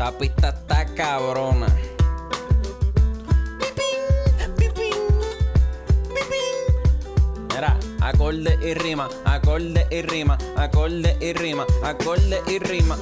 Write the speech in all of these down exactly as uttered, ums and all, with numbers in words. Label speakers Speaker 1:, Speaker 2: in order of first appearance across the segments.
Speaker 1: Esta pista está cabrona. Mira, acorde y rima, acorde y rima, acorde y rima, acorde y rima.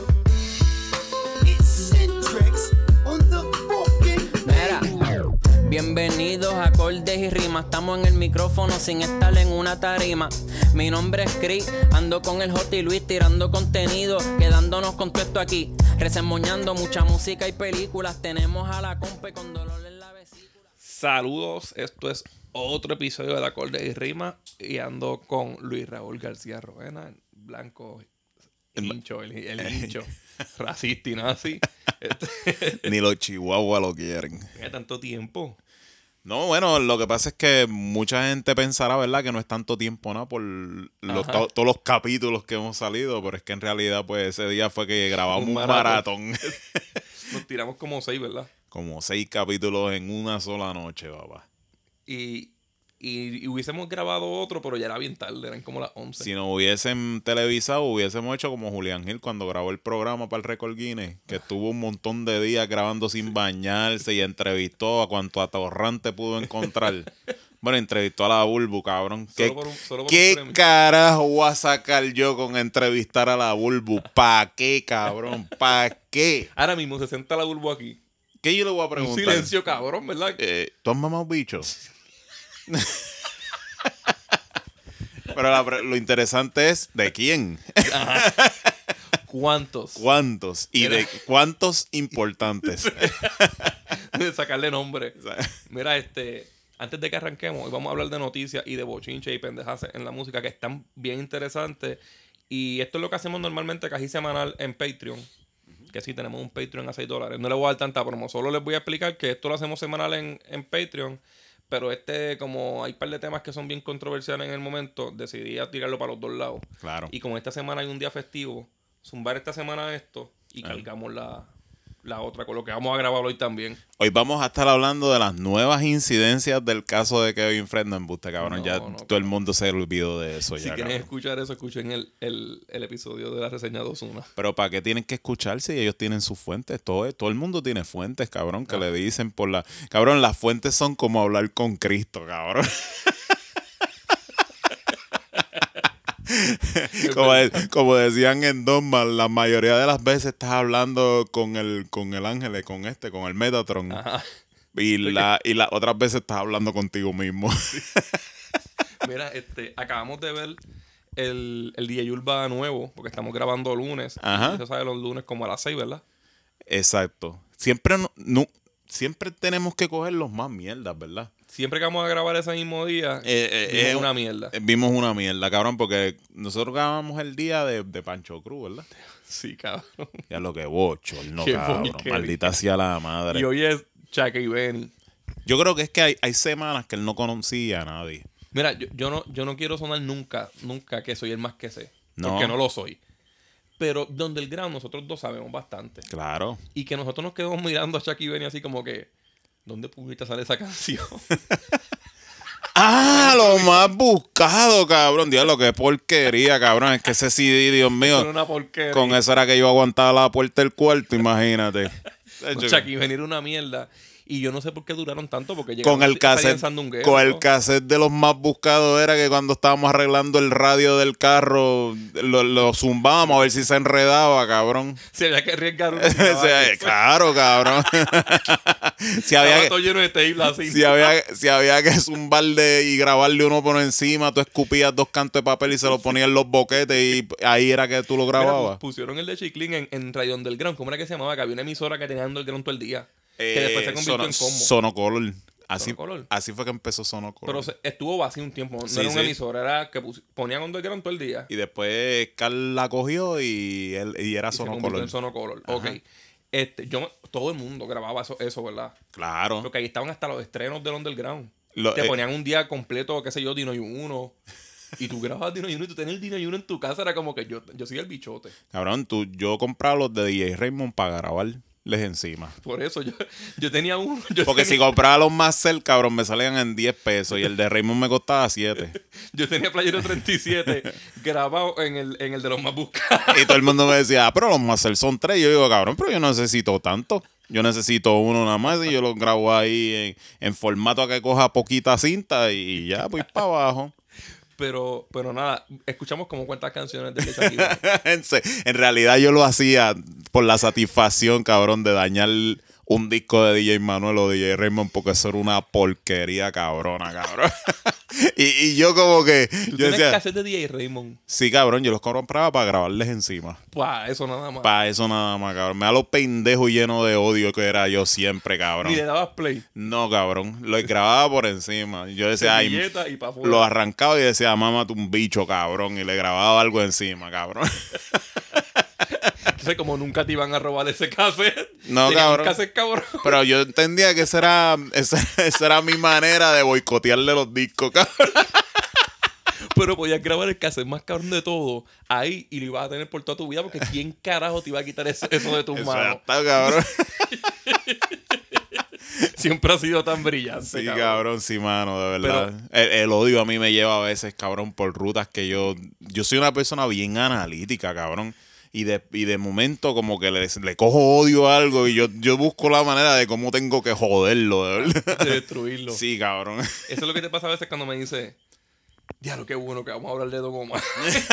Speaker 1: Mira, bienvenidos a Acordes y Rimas. Estamos en el micrófono sin estar en una tarima. Mi nombre es Chris, ando con el J y Luis tirando contenido, quedándonos con todo esto aquí, resemoñando mucha música y películas. Tenemos a la compa con dolor en la vesícula.
Speaker 2: Saludos, esto es otro episodio de Acordes y Rimas y ando con Luis Raúl García Roena, blanco, hincho, el, el hincho, racista y nazi. Este,
Speaker 3: Ni los chihuahuas lo quieren.
Speaker 2: Tiene tanto tiempo.
Speaker 3: No, bueno, lo que pasa es que mucha gente pensará, ¿verdad? Que no es tanto tiempo, ¿no? Por los, to, todos los capítulos que hemos salido, pero es que en realidad, pues, ese día fue que grabamos un maratón. maratón.
Speaker 2: Nos tiramos como seis, ¿verdad?
Speaker 3: Como seis capítulos en una sola noche, papá.
Speaker 2: Y, y, y hubiésemos grabado otro, pero ya era bien tarde, eran como las once.
Speaker 3: Si nos hubiesen televisado, hubiésemos hecho como Julián Gil cuando grabó el programa para el Record Guinness, que estuvo un montón de días grabando sin bañarse y entrevistó a cuanto atorrante pudo encontrar. Bueno, entrevistó a la Bulbu, cabrón. ¿Qué,
Speaker 2: solo por un, solo por
Speaker 3: ¿qué carajo voy a sacar yo con entrevistar a la Bulbu? ¿Pa' qué, cabrón? ¿Pa' qué?
Speaker 2: Ahora mismo se sienta la Bulbu aquí.
Speaker 3: ¿Qué yo le voy a preguntar?
Speaker 2: Un silencio, cabrón, ¿verdad?
Speaker 3: Eh, ¿Tú has mamado bichos? Pero la, lo interesante es ¿de quién?
Speaker 2: Ajá. ¿Cuántos?
Speaker 3: ¿Cuántos? Y Mira. de cuántos importantes.
Speaker 2: De sacarle nombre. O sea. Mira, este, antes de que arranquemos, hoy vamos a hablar de noticias y de bochinche y pendejas en la música que están bien interesantes. Y esto es lo que hacemos normalmente casi semanal en Patreon. Uh-huh. Que sí, tenemos un Patreon a seis dólares. No le voy a dar tanta promo. Solo les voy a explicar que esto lo hacemos semanal en, en Patreon. Pero este, como hay un par de temas que son bien controversiales en el momento, decidí tirarlo para los dos lados.
Speaker 3: Claro.
Speaker 2: Y como esta semana hay un día festivo, zumbar esta semana esto y cargamos la, la otra con lo que vamos a grabar hoy también.
Speaker 3: Hoy vamos a estar hablando de las nuevas incidencias del caso de Kevin Fredman, usted, cabrón. No, ya no, todo cabrón. El mundo se olvidó de eso.
Speaker 2: Si
Speaker 3: ya,
Speaker 2: quieren
Speaker 3: cabrón.
Speaker 2: escuchar eso, escuchen el, el, el episodio de la reseña de Ozuna.
Speaker 3: Pero ¿para qué tienen que escuchar si ellos tienen sus fuentes? Todo, todo el mundo tiene fuentes, cabrón, que ah. le dicen por la... Cabrón, las fuentes son como hablar con Cristo, cabrón. como, de, como decían en Dogman, la mayoría de las veces estás hablando con el con el ángel, con este, con el Metatron. Ajá. Y la y las otras veces estás hablando contigo mismo.
Speaker 2: Mira, este, acabamos de ver el, el D J Urba nuevo, porque estamos grabando lunes.
Speaker 3: Ajá.
Speaker 2: Usted sabe los lunes como a las seis, ¿verdad?
Speaker 3: Exacto. Siempre no, no siempre tenemos que coger los más mierdas, ¿verdad?
Speaker 2: Siempre que vamos a grabar ese mismo día, eh, eh, vimos eh, una mierda.
Speaker 3: Vimos una mierda, cabrón, porque nosotros grabamos el día de, de Pancho Cruz, ¿verdad?
Speaker 2: Sí, cabrón.
Speaker 3: Ya lo que bocho, no, cabrón. Maldita sea la madre.
Speaker 2: Y hoy es Chaka y Benny.
Speaker 3: Yo creo que es que hay, hay semanas que él no conocía a nadie.
Speaker 2: Mira, yo, yo, no, yo no quiero sonar nunca, nunca que soy el más que sé.
Speaker 3: No.
Speaker 2: Porque no lo soy. Pero donde el ground nosotros dos sabemos bastante.
Speaker 3: Claro.
Speaker 2: Y que nosotros nos quedamos mirando a Chaka y Benny así como que... ¿Dónde puñeta sale esa canción?
Speaker 3: ¡Ah! Lo más buscado, cabrón. Dios, lo que porquería, cabrón. Es que ese C D, Dios mío.
Speaker 2: Una porquería.
Speaker 3: Con eso era que yo aguantaba la puerta del cuarto, imagínate.
Speaker 2: Chaka y venir una mierda. Y yo no sé por qué duraron tanto, porque
Speaker 3: con el cassette, con el cassette de los más buscados era que cuando estábamos arreglando el radio del carro lo, lo zumbábamos a ver si se enredaba, cabrón.
Speaker 2: Si había que arriesgar uno.
Speaker 3: Sí, claro, cabrón. si, había
Speaker 2: todo lleno de tape, así.
Speaker 3: si, había, si había que zumbarle y grabarle uno por encima, tú escupías dos cantos de papel y se lo ponías en los boquetes y ahí era que tú lo grababas.
Speaker 2: Mira, pusieron el de Chiclín en, en Radio Underground. ¿Cómo era que se llamaba? Que había una emisora que tenía Underground todo el día.
Speaker 3: Eh,
Speaker 2: que después se convirtió
Speaker 3: sono,
Speaker 2: en combo.
Speaker 3: Sonocolor. Así,
Speaker 2: Sonocolor.
Speaker 3: así fue que empezó Sonocolor.
Speaker 2: Pero se, estuvo vacío un tiempo. No
Speaker 3: sí,
Speaker 2: era una
Speaker 3: sí.
Speaker 2: emisora, era que pus, ponían Underground todo el día.
Speaker 3: Y después Carl la cogió y, él, y era
Speaker 2: y
Speaker 3: Sonocolor.
Speaker 2: En Sonocolor. Ok. Este, yo, todo el mundo grababa eso, eso, ¿verdad?
Speaker 3: Claro.
Speaker 2: Porque ahí estaban hasta los estrenos del Underground.
Speaker 3: Lo,
Speaker 2: Te
Speaker 3: eh,
Speaker 2: ponían un día completo, qué sé yo, Dino y Uno. Y tú grababas Dino y Uno y tú tenías el Dino y Uno en tu casa. Era como que yo, yo soy el bichote.
Speaker 3: Cabrón, tú, yo compraba los de D J Raymond para grabar. les encima.
Speaker 2: Por eso yo, yo tenía uno. Yo
Speaker 3: Porque
Speaker 2: tenía,
Speaker 3: si compraba los más cel, cabrón, me salían en diez pesos y el de Raymond me costaba siete.
Speaker 2: Yo tenía Playero treinta y siete grabado en el, en el de los más buscados.
Speaker 3: Y todo el mundo me decía, ah, pero los más cel son tres. Y yo digo, cabrón, pero yo no necesito tanto. Yo necesito uno nada más y yo lo grabo ahí en, en formato a que coja poquita cinta y ya voy para abajo.
Speaker 2: Pero, pero nada, escuchamos como cuántas canciones de Shakira Benny.
Speaker 3: en, se- en realidad yo lo hacía por la satisfacción, cabrón, de dañar un disco de D J Manuel o D J Raymond porque eso era una porquería cabrona, cabrón. y, y yo como que...
Speaker 2: ¿Tú
Speaker 3: Yo
Speaker 2: tienes
Speaker 3: decía,
Speaker 2: cassette de D J Raymond?
Speaker 3: sí, cabrón, yo los compraba para grabarles encima.
Speaker 2: Pua, eso nada más.
Speaker 3: Para eso nada más, cabrón. Me da los pendejos llenos de odio que era yo siempre, cabrón.
Speaker 2: Ni le dabas play.
Speaker 3: No, cabrón. Lo grababa por encima. Yo decía, ay,
Speaker 2: Servilleta y pa' afuera.
Speaker 3: lo arrancaba y decía, mámate un bicho, cabrón. Y le grababa algo encima, cabrón.
Speaker 2: Entonces, como nunca te iban a robar ese cassette.
Speaker 3: No,
Speaker 2: tenías
Speaker 3: cabrón.
Speaker 2: un cassette cabrón.
Speaker 3: Pero yo entendía que esa era, esa, esa era mi manera de boicotearle los discos, cabrón.
Speaker 2: Pero podías grabar el cassette más cabrón de todo ahí y lo ibas a tener por toda tu vida porque ¿quién carajo te iba a quitar eso, eso de tus manos?
Speaker 3: Exacto, cabrón.
Speaker 2: Siempre ha sido tan brillante,
Speaker 3: Sí,
Speaker 2: cabrón.
Speaker 3: cabrón, sí, mano, de verdad. el, el odio a mí me lleva a veces, cabrón, por rutas que yo... Yo soy una persona bien analítica, cabrón. Y de, y de momento como que le, le cojo odio a algo y yo, yo busco la manera de cómo tengo que joderlo, de verdad.
Speaker 2: De destruirlo.
Speaker 3: Sí, cabrón.
Speaker 2: Eso es lo que te pasa a veces cuando me dice, diablo, qué bueno que vamos a hablar de Don Omar.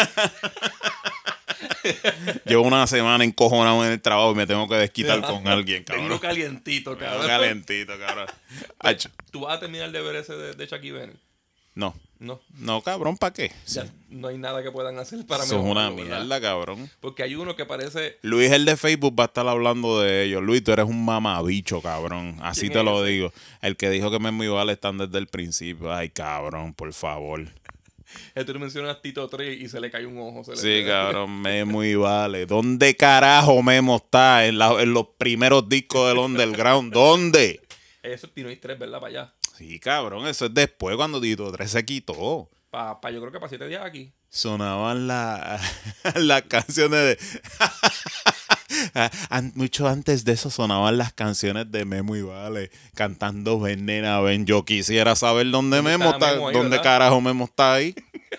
Speaker 3: Llevo una semana encojonado en el trabajo y me tengo que desquitar con alguien,
Speaker 2: Tengo
Speaker 3: cabrón.
Speaker 2: calientito,
Speaker 3: Tengo
Speaker 2: cabrón.
Speaker 3: calentito, cabrón. Hacho,
Speaker 2: ¿Tú vas a terminar de ver ese de, de Shakira Benny?
Speaker 3: no,
Speaker 2: No.
Speaker 3: no, cabrón, ¿para qué?
Speaker 2: Ya no hay nada que puedan hacer para
Speaker 3: Eso es una
Speaker 2: mejorarlo, ¿verdad?
Speaker 3: mierda, cabrón.
Speaker 2: Porque hay uno que parece...
Speaker 3: Luis, el de Facebook, va a estar hablando de ellos. Luis, tú eres un mamabicho, cabrón. Así
Speaker 2: ¿Quién
Speaker 3: te
Speaker 2: es
Speaker 3: lo
Speaker 2: ese?
Speaker 3: digo. El que dijo que Memo y Vale están desde el principio. Ay, cabrón, por favor.
Speaker 2: Eh, tú le mencionas Tito tres y se le cae un ojo. Se le
Speaker 3: Sí,
Speaker 2: queda.
Speaker 3: cabrón, Memo y Vale. ¿Dónde carajo Memo está? En, la- en los primeros discos del Underground. ¿Dónde?
Speaker 2: Eso es Tino y tres, ¿verdad? Para allá.
Speaker 3: Sí, cabrón, eso es después cuando Tito tres se quitó.
Speaker 2: Pa, pa, yo creo que para siete días aquí.
Speaker 3: Sonaban la- las canciones de... An- Mucho antes de eso sonaban las canciones de Memo y Vale cantando Ven, nena, ven. Yo quisiera saber dónde
Speaker 2: ¿Dónde
Speaker 3: Memo
Speaker 2: está
Speaker 3: está,
Speaker 2: Memo ahí,
Speaker 3: dónde
Speaker 2: verdad?
Speaker 3: carajo Memo está ahí.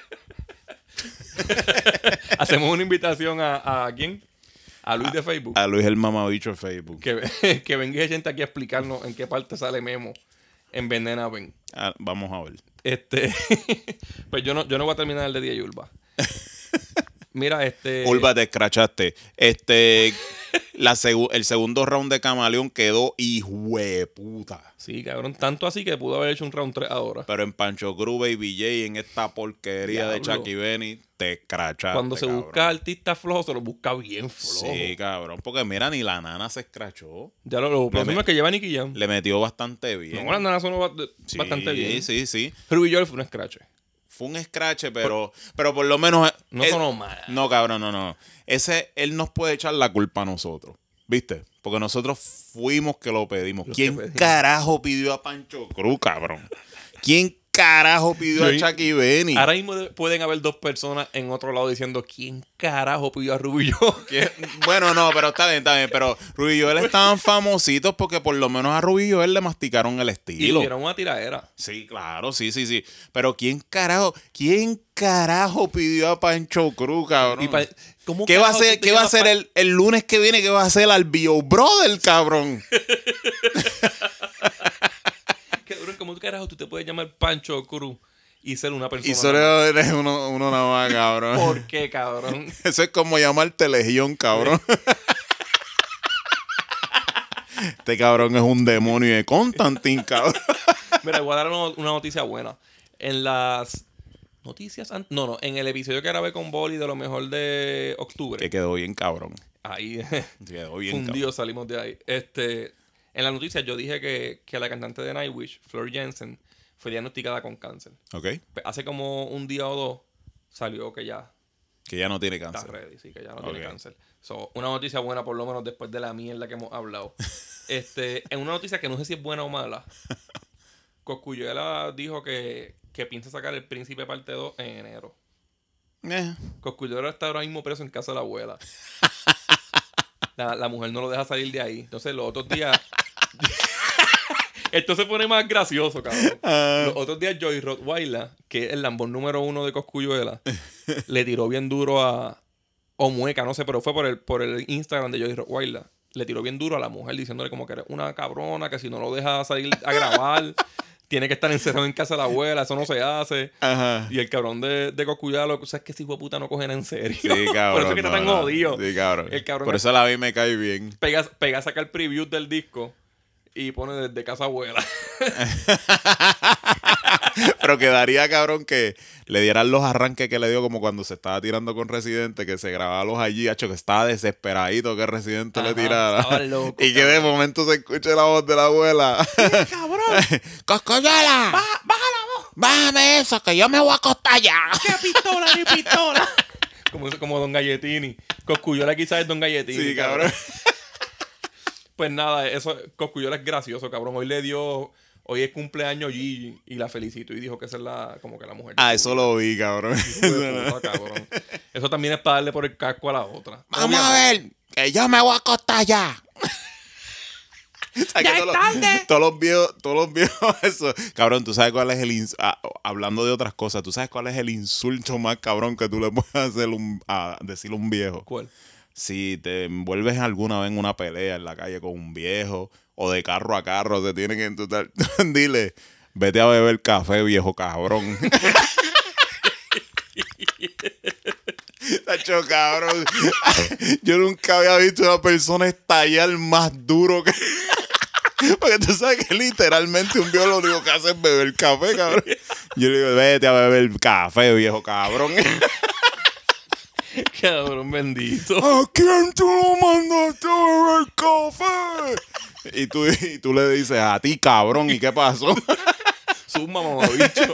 Speaker 2: Hacemos una invitación a, a ¿quién? A Luis de Facebook.
Speaker 3: A Luis el mamabicho de Facebook.
Speaker 2: Que, que venga gente aquí a explicarnos en qué parte sale Memo en Venena Ben.
Speaker 3: Ah, vamos a ver.
Speaker 2: Este, pues yo no, yo no voy a terminar el de Día Yulba. Mira, este.
Speaker 3: Ulva, te escrachaste. Este, la segu- el segundo round de Camaleón quedó hijueputa.
Speaker 2: Sí, cabrón, tanto así que pudo haber hecho un round tres ahora.
Speaker 3: Pero en Pancho Cruz, Baby J, en esta porquería de
Speaker 2: Diablo.
Speaker 3: Chucky Benny, te escrachaste.
Speaker 2: Cuando se
Speaker 3: cabrón.
Speaker 2: busca artistas flojos, se los busca bien flojos.
Speaker 3: Sí, cabrón. Porque mira, ni la nana se escrachó.
Speaker 2: Ya lo, lo próximo
Speaker 3: me-
Speaker 2: es que lleva Nicky Jam.
Speaker 3: Le metió bastante bien.
Speaker 2: No, las nanas son ba-
Speaker 3: Sí,
Speaker 2: bastante bien.
Speaker 3: Sí, sí.
Speaker 2: Ruby Joel fue un scratch.
Speaker 3: Fue un scratch, pero, pero por lo menos.
Speaker 2: No
Speaker 3: él-
Speaker 2: sonó mal.
Speaker 3: No, cabrón, no, no. Ese, él nos puede echar la culpa a nosotros. ¿Viste? Porque nosotros fuimos que lo pedimos.
Speaker 2: Los
Speaker 3: ¿Quién
Speaker 2: que pedimos.
Speaker 3: carajo pidió a Pancho Cruz, cabrón? ¿Quién carajo pidió a
Speaker 2: Yo-
Speaker 3: Chucky Benny?
Speaker 2: Ahora mismo de- pueden haber dos personas en otro lado diciendo ¿quién carajo pidió a Ruby Joel?
Speaker 3: ¿Qué? Bueno, no, pero está bien, está bien. Pero Ruby Joel estaban famositos porque por lo menos a Ruby Joel le masticaron el
Speaker 2: Y le
Speaker 3: estilo.
Speaker 2: dieron una tiradera.
Speaker 3: Sí, claro, sí, sí, sí. Pero ¿quién carajo, quién carajo pidió a Pancho Cruz, cabrón?
Speaker 2: Y pa- ¿cómo
Speaker 3: ¿Qué va a
Speaker 2: carajo
Speaker 3: hacer,
Speaker 2: tú te
Speaker 3: qué va a
Speaker 2: llamas
Speaker 3: hacer
Speaker 2: pa-
Speaker 3: el, el lunes que viene? ¿Qué va a hacer al Bio Brother, cabrón?
Speaker 2: Cabrón, ¿cómo carajo tú te puedes llamar Pancho Cruz y ser una persona?
Speaker 3: Y solo eres uno, uno nada más, cabrón.
Speaker 2: ¿Por qué, cabrón?
Speaker 3: Eso es como llamarte Legión, cabrón. Este cabrón es un demonio de Constantine, cabrón.
Speaker 2: Mira, voy a dar una, una noticia buena. En las noticias... an- No, no. En el episodio que grabé con Boli de lo mejor de octubre.
Speaker 3: Que quedó bien cabrón.
Speaker 2: Ahí,
Speaker 3: Quedó bien
Speaker 2: fundido, salimos de ahí. Este, en las noticias yo dije que, que la cantante de Nightwish, Flor Jensen, fue diagnosticada con cáncer.
Speaker 3: cabrón. Ok.
Speaker 2: Pe- Hace como un día o dos salió que ya
Speaker 3: Que ya no tiene
Speaker 2: está
Speaker 3: cáncer.
Speaker 2: ready, sí, que ya no
Speaker 3: Ok.
Speaker 2: tiene cáncer. So, una noticia buena por lo menos después de la mierda que hemos hablado. este, en una noticia que no sé si es buena o mala, Cosculluela dijo que, que piensa sacar El Príncipe parte dos en enero.
Speaker 3: Eh.
Speaker 2: Cosculluela está ahora mismo preso en casa de la abuela. La, la mujer no lo deja salir de ahí. Entonces, los otros días... Esto se pone más gracioso, cabrón. Uh, Los otros días Joey Rottweiler, que es el lambón número uno de Cosculluela, le tiró bien duro a... O Mueca, no sé, pero fue por el, por el Instagram de Joey Rottweiler. Le tiró bien duro a la mujer diciéndole como que eres una cabrona, que si no lo deja salir a grabar, tiene que estar encerrado en casa de la abuela, eso no se hace. Ajá. Y el cabrón de, de Cosculluela, lo que sabes que ese hijo de puta no cogen en serio.
Speaker 3: Sí, cabrón.
Speaker 2: Por eso es que está
Speaker 3: no,
Speaker 2: tan
Speaker 3: no.
Speaker 2: jodido.
Speaker 3: Sí, cabrón.
Speaker 2: El cabrón
Speaker 3: por eso la vi me cae bien.
Speaker 2: Pega, pega a sacar el preview del disco y pone desde casa abuela.
Speaker 3: Pero quedaría cabrón que le dieran los arranques que le dio como cuando se estaba tirando con Residente, que se grababa los allí, hacho, que estaba desesperadito que Residente Ajá, le tirara. Loco, y que de momento se escuche la voz de la abuela.
Speaker 2: ¡Sí, cabrón!
Speaker 3: ¡Cosculluela!
Speaker 2: ¡Baja, baja la voz!
Speaker 3: ¡Bájame eso, que yo me voy a acostar ya!
Speaker 2: ¡Qué pistola, ni pistola! como, como Don Galletini. Cosculluela quizás es Don Galletini.
Speaker 3: Sí, cabrón.
Speaker 2: Pues nada, eso, Cosculluela es gracioso, cabrón. Hoy le dio... Hoy es cumpleaños Gigi y la felicito. Y dijo que esa es la, como que la mujer.
Speaker 3: Ah, eso lo vi, cabrón.
Speaker 2: Puta, cabrón. Eso también es para darle por el casco a la otra.
Speaker 3: Vamos a ver, que yo me voy a acostar ya. O sea,
Speaker 2: ¡Ya es
Speaker 3: todos
Speaker 2: tarde!
Speaker 3: Los, todos los viejos, todos los viejos, eso. Cabrón, tú sabes cuál es el ins ah, hablando de otras cosas, tú sabes cuál es el insulto más cabrón que tú le puedes hacer un, a decirle a un viejo.
Speaker 2: ¿Cuál?
Speaker 3: Si te envuelves alguna vez en una pelea en la calle con un viejo o de carro a carro, te tienen que entutar. Dile, vete a beber café, viejo cabrón. Tacho, cabrón. Yo nunca había visto a una persona estallar más duro que... Porque tú sabes que literalmente un viejo lo único que hace es beber café, cabrón. Yo le digo, vete a beber café, viejo cabrón.
Speaker 2: Cabrón bendito.
Speaker 3: ¿A quién tú lo mandaste a beber café? Y tú, y tú le dices, a ti, cabrón. ¿Y qué pasó?
Speaker 2: Suma, mamabicho.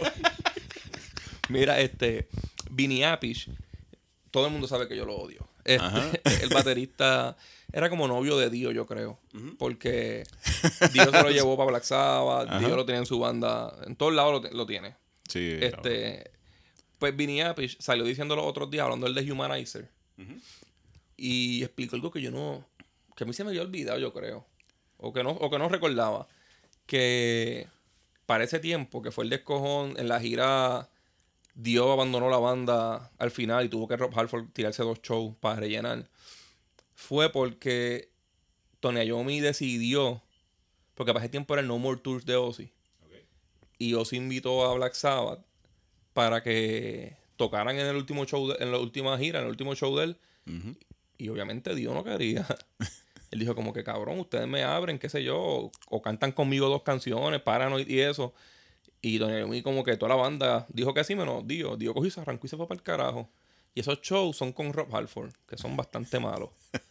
Speaker 2: Mira, este... Vinny Appice, todo el mundo sabe que yo lo odio. Este, el baterista era como novio de Dio, yo creo. Uh-huh. Porque Dio se lo llevó para Black Sabbath. Uh-huh. Dio lo tenía en su banda. En todos lados lo, lo tiene.
Speaker 3: Sí.
Speaker 2: Este... Claro. Pues Vinny Appice salió diciendo los otros días, hablando del de Humanizer. Uh-huh. Y explicó algo que yo no... Que a mí se me había olvidado, yo creo. O que no, o que no recordaba. Que para ese tiempo, que fue el descojón en la gira... Dio abandonó la banda al final y tuvo que Rob Halford tirarse dos shows para rellenar. Fue porque Tony Iommi decidió... Porque para ese tiempo era el No More Tours de Ozzy. Okay. Y Ozzy invitó a Black Sabbath para que tocaran en el último show, de, en la última gira, en el último show de él. Uh-huh. Y obviamente Dio no quería. Él dijo como que, cabrón, ustedes me abren, qué sé yo, o, o cantan conmigo dos canciones, Paranoid y eso. Y Tony Iommi como que toda la banda dijo que sí, menos Dio. Dio cogió y se arrancó y se fue para el carajo. Y esos shows son con Rob Halford, que son bastante malos.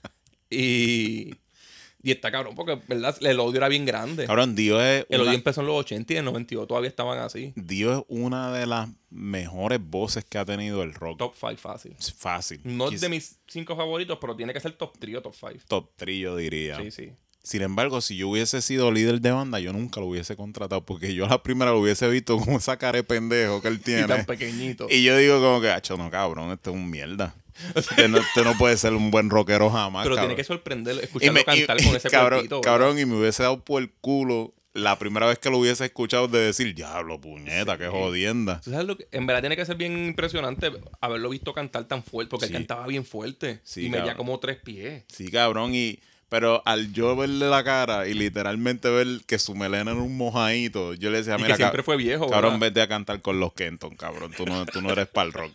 Speaker 2: y... Y está cabrón, porque, ¿verdad? El odio era bien grande.
Speaker 3: Cabrón, Dio es...
Speaker 2: El
Speaker 3: una...
Speaker 2: odio empezó en los ochenta y en el noventa y dos todavía estaban así.
Speaker 3: Dio es una de las mejores voces que ha tenido el rock.
Speaker 2: Top cinco fácil.
Speaker 3: Fácil.
Speaker 2: No es de mis cinco favoritos, pero tiene que ser top tres o top cinco.
Speaker 3: Top tres, yo diría.
Speaker 2: Sí, sí.
Speaker 3: Sin embargo, si yo hubiese sido líder de banda, yo nunca lo hubiese contratado. Porque yo a la primera lo hubiese visto como esa cara de pendejo que él tiene.
Speaker 2: Y tan pequeñito.
Speaker 3: Y yo digo como que, acho, no, cabrón, este es un mierda. Este no, este no puede ser un buen rockero jamás.
Speaker 2: Pero
Speaker 3: cabrón.
Speaker 2: Tiene que sorprender escucharlo
Speaker 3: me,
Speaker 2: cantar
Speaker 3: y,
Speaker 2: con ese
Speaker 3: cabrón,
Speaker 2: cuerpito.
Speaker 3: Cabrón, y me hubiese dado por el culo la primera vez que lo hubiese escuchado de decir, diablo, puñeta, sí. Qué jodienda.
Speaker 2: ¿Sabes lo que? En verdad tiene que ser bien impresionante haberlo visto cantar tan fuerte, porque
Speaker 3: sí.
Speaker 2: Él cantaba bien fuerte.
Speaker 3: Sí,
Speaker 2: y medía como tres pies.
Speaker 3: Sí, cabrón, y... Pero al yo verle la cara y literalmente ver que su melena era un mojadito, yo le decía,
Speaker 2: y
Speaker 3: mira,
Speaker 2: que siempre cab- fue viejo,
Speaker 3: cabrón,
Speaker 2: ¿verdad?
Speaker 3: vete a cantar con los Kenton, cabrón. Tú no, tú no eres para el rock.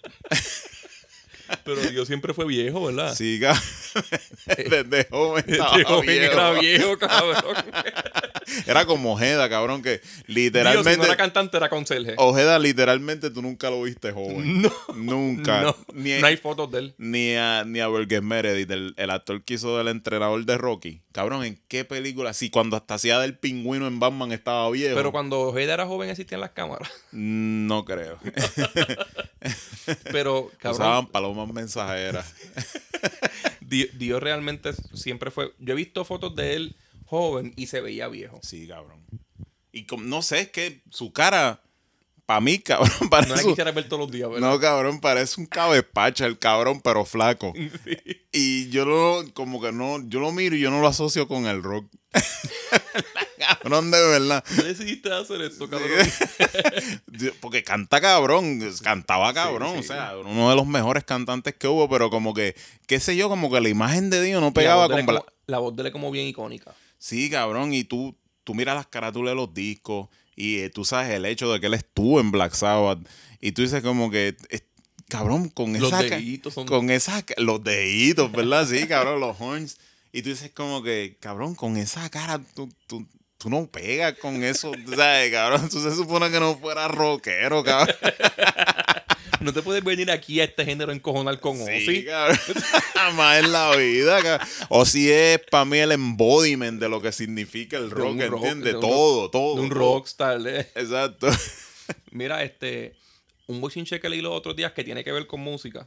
Speaker 2: Pero Dios siempre fue viejo, ¿verdad?
Speaker 3: Sí, cabrón. Desde joven estaba
Speaker 2: Desde joven
Speaker 3: viejo.
Speaker 2: era viejo, cabrón.
Speaker 3: Era como Ojeda, cabrón, que literalmente...
Speaker 2: Dios, si no era cantante, era conserje.
Speaker 3: Ojeda, literalmente, tú nunca lo viste joven.
Speaker 2: No.
Speaker 3: Nunca.
Speaker 2: No,
Speaker 3: ni,
Speaker 2: no hay fotos de él.
Speaker 3: Ni a, ni a Burgess Meredith, el, el actor que hizo del entrenador de Rocky. Cabrón, ¿en qué película? Sí, cuando hasta hacía del pingüino en Batman estaba viejo.
Speaker 2: Pero cuando Ojeda era joven existían las cámaras.
Speaker 3: No creo.
Speaker 2: Pero, cabrón...
Speaker 3: Usaban palomas mensajeras.
Speaker 2: Dios, Dios realmente siempre fue... Yo he visto fotos de él joven y se veía viejo.
Speaker 3: Sí, cabrón. Y como, no sé, es que su cara para mí, cabrón, parece...
Speaker 2: No la quisiera ver todos los días, ¿verdad?
Speaker 3: No, cabrón, parece un cabezpacha el cabrón, pero flaco. Sí. Y yo lo, como que no, yo lo miro y yo no lo asocio con el rock. Cabrón, de verdad.
Speaker 2: ¿No decidiste hacer esto, cabrón?
Speaker 3: Sí. Porque canta cabrón, cantaba cabrón, sí, sí. O sea, uno de los mejores cantantes que hubo, pero como que, qué sé yo, como que la imagen de Dio no pegaba
Speaker 2: con...
Speaker 3: Como,
Speaker 2: la voz de él es como bien icónica.
Speaker 3: Sí, cabrón, y tú, tú miras las carátulas de los discos y eh, tú sabes el hecho de que él estuvo en Black Sabbath y tú dices como que... Es, cabrón, con
Speaker 2: los
Speaker 3: esa...
Speaker 2: deditos son...
Speaker 3: Con esa... Los deditos, ¿verdad? Sí, cabrón, los horns. Y tú dices como que, cabrón, con esa cara tú, tú, tú no pegas con eso, ¿sabes, cabrón? Tú se supone que no fuera rockero, cabrón.
Speaker 2: No te puedes venir aquí a este género encojonar con Ozzy.
Speaker 3: Sí, cabrón. Jamás en la vida, cabrón. Ozzy es para mí el embodiment de lo que significa el rock, rock ¿entiendes? Todo, rock, todo.
Speaker 2: De un
Speaker 3: todo.
Speaker 2: rockstar, ¿eh?
Speaker 3: Exacto.
Speaker 2: Mira, este... Un bochinche que leí los otros días que tiene que ver con música.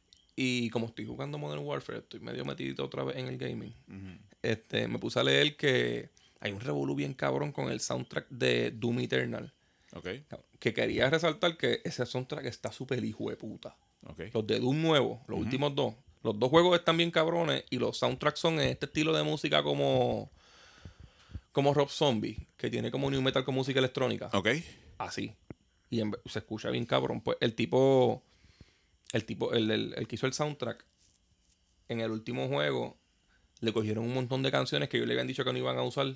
Speaker 2: Y como estoy jugando Modern Warfare, estoy medio metidito otra vez en el gaming. Uh-huh. Este, me puse a leer que hay un revolú bien cabrón con el soundtrack de Doom Eternal.
Speaker 3: Okay.
Speaker 2: Que quería resaltar que ese soundtrack está súper hijo de puta.
Speaker 3: Okay.
Speaker 2: Los de Doom nuevos, los uh-huh. últimos dos. Los dos juegos están bien cabrones y los soundtracks son en este estilo de música como... Como Rob Zombie, que tiene como new metal con música electrónica.
Speaker 3: Ok.
Speaker 2: Así. Y en, se escucha bien cabrón. Pues el tipo... El tipo, el, el, el que hizo el soundtrack, en el último juego, le cogieron un montón de canciones que ellos le habían dicho que no iban a usar.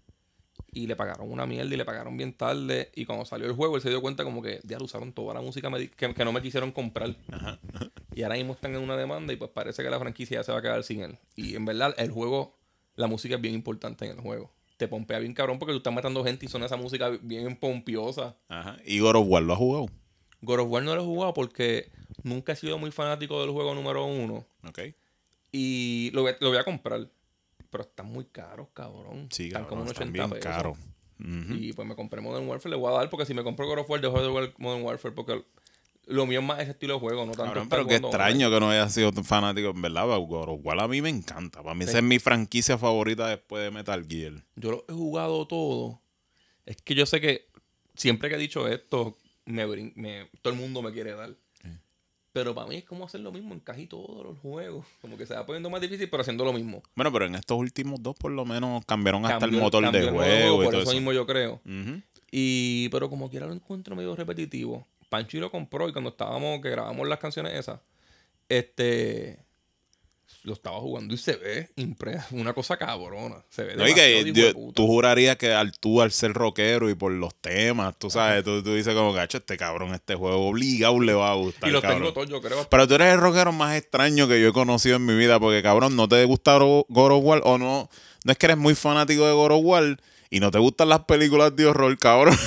Speaker 2: Y le pagaron una mierda y le pagaron bien tarde. Y cuando salió el juego, él se dio cuenta como que ya usaron toda la música que, que no me quisieron comprar. Ajá. Y ahora mismo están en una demanda y pues parece que la franquicia ya se va a quedar sin él. Y en verdad, el juego, la música es bien importante en el juego. Te pompea bien cabrón porque tú estás matando gente y son esa música bien pompiosa.
Speaker 3: Ajá. ¿Y God of War lo has jugado?
Speaker 2: God of War no lo he jugado porque nunca he sido muy fanático del juego número uno.
Speaker 3: Ok.
Speaker 2: Y lo, lo voy a comprar. Pero están muy caros, cabrón.
Speaker 3: Sí,
Speaker 2: están
Speaker 3: cabrón,
Speaker 2: como unos
Speaker 3: están
Speaker 2: ochenta
Speaker 3: bien
Speaker 2: pesos.
Speaker 3: caros. Uh-huh.
Speaker 2: Y pues me compré Modern Warfare. Le voy a dar porque si me compro God of War, dejo de jugar Modern Warfare porque lo mío es más ese estilo de juego, no tanto.
Speaker 3: Cabrón, pero qué extraño que no hayas sido fanático, en verdad. God of War a mí me encanta. Para mí sí. Esa es mi franquicia favorita después de Metal Gear.
Speaker 2: Yo lo he jugado todo. Es que yo sé que siempre que he dicho esto, me, me, todo el mundo me quiere dar. Sí. Pero para mí es como hacer lo mismo en casi todos los juegos. Como que se va poniendo más difícil, pero haciendo lo mismo.
Speaker 3: Bueno, pero en estos últimos dos por lo menos cambiaron hasta
Speaker 2: cambió,
Speaker 3: el motor de juego, juego y
Speaker 2: por
Speaker 3: todo
Speaker 2: eso.
Speaker 3: eso
Speaker 2: mismo yo creo.
Speaker 3: Uh-huh.
Speaker 2: Y pero como quiera lo encuentro medio repetitivo. Pancho lo compró y cuando estábamos, que grabamos las canciones esas, este... lo estaba jugando y se ve impre- una cosa cabrona. Se ve
Speaker 3: no, y que de tú jurarías que al tú al ser rockero y por los temas, tú sabes, tú, tú dices como, gacho, este cabrón, este juego obligado le va a gustar.
Speaker 2: Y lo
Speaker 3: cabrón.
Speaker 2: tengo todo, yo creo.
Speaker 3: Pero tú eres el rockero más extraño que yo he conocido en mi vida, porque cabrón, no te gusta God of War o no, no es que eres muy fanático de God of War y no te gustan las películas de horror, cabrón.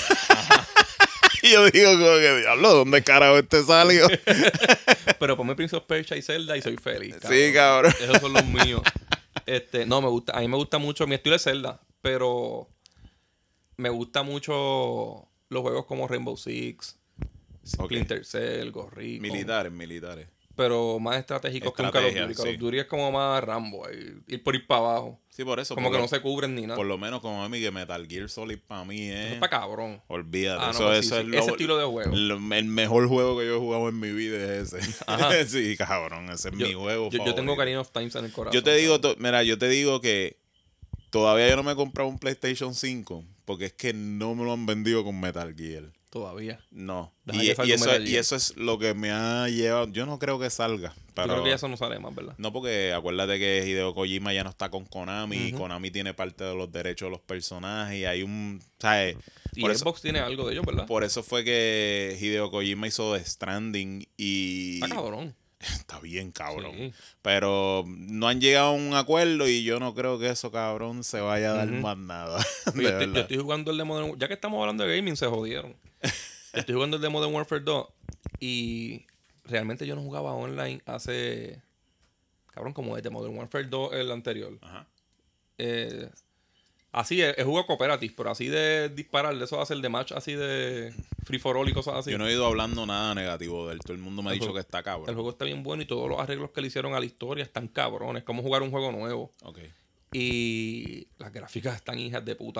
Speaker 3: Y yo digo como que, diablo, ¿dónde carajo este salió?
Speaker 2: Pero ponme Prince of Persia y Zelda y soy feliz, cabrón.
Speaker 3: Sí, cabrón.
Speaker 2: Esos son los míos. Este, no, me gusta, a mí me gusta mucho, mi estilo es Zelda, pero me gusta mucho los juegos como Rainbow Six,
Speaker 3: okay.
Speaker 2: Splinter Cell, Ghost Recon.
Speaker 3: Militares, militares.
Speaker 2: Pero más estratégicos que un Call of Duty. Call of Duty es como más Rambo, ahí, ir por ir para abajo.
Speaker 3: Sí, por eso.
Speaker 2: Como que lo, no se cubren ni nada.
Speaker 3: Por lo menos como a mí que Metal Gear Solid para mí es...
Speaker 2: Eso es para cabrón.
Speaker 3: Olvídate.
Speaker 2: Ah, no,
Speaker 3: eso,
Speaker 2: pues
Speaker 3: eso
Speaker 2: sí,
Speaker 3: es
Speaker 2: sí.
Speaker 3: Lo,
Speaker 2: ese estilo de juego.
Speaker 3: Lo, el mejor juego que yo he jugado en mi vida es ese. Sí, cabrón. Ese es
Speaker 2: yo,
Speaker 3: mi juego
Speaker 2: yo,
Speaker 3: favorito.
Speaker 2: Yo tengo Ocarina of Time en el corazón.
Speaker 3: Yo te digo, to, mira, yo te digo que todavía yo no me he comprado un PlayStation cinco porque es que no me lo han vendido con Metal Gear.
Speaker 2: Todavía.
Speaker 3: No. Y, y, eso, y eso es lo que me ha llevado. Yo no creo que salga. Pero
Speaker 2: yo creo que ya eso no sale más, ¿verdad?
Speaker 3: No, porque acuérdate que Hideo Kojima ya no está con Konami. Uh-huh. Y Konami tiene parte de los derechos de los personajes. Y hay un... ¿sabes?
Speaker 2: Y por Xbox eso, tiene algo de ellos, ¿verdad?
Speaker 3: Por eso fue que Hideo Kojima hizo The Stranding y...
Speaker 2: Está cabrón.
Speaker 3: Está bien, cabrón.
Speaker 2: Sí.
Speaker 3: Pero no han llegado a un acuerdo y yo no creo que eso, cabrón, se vaya a dar uh-huh. más nada.
Speaker 2: Yo estoy, yo estoy jugando el de Modern Warfare. Ya que estamos hablando de gaming, se jodieron. Estoy jugando el de Modern Warfare dos y realmente yo no jugaba online hace... Cabrón, como desde Modern Warfare dos, el anterior.
Speaker 3: Ajá.
Speaker 2: Eh, así, he, he jugado cooperative, pero así de disparar, de eso va a ser de match, así de free for all y cosas así.
Speaker 3: Yo no he ido hablando nada negativo de él. Todo el mundo me ha
Speaker 2: el
Speaker 3: dicho
Speaker 2: juego,
Speaker 3: que está cabrón.
Speaker 2: El juego está bien bueno y todos los arreglos que le hicieron a la historia están cabrones. Como jugar un juego nuevo.
Speaker 3: Ok.
Speaker 2: Y las gráficas están hijas de puta.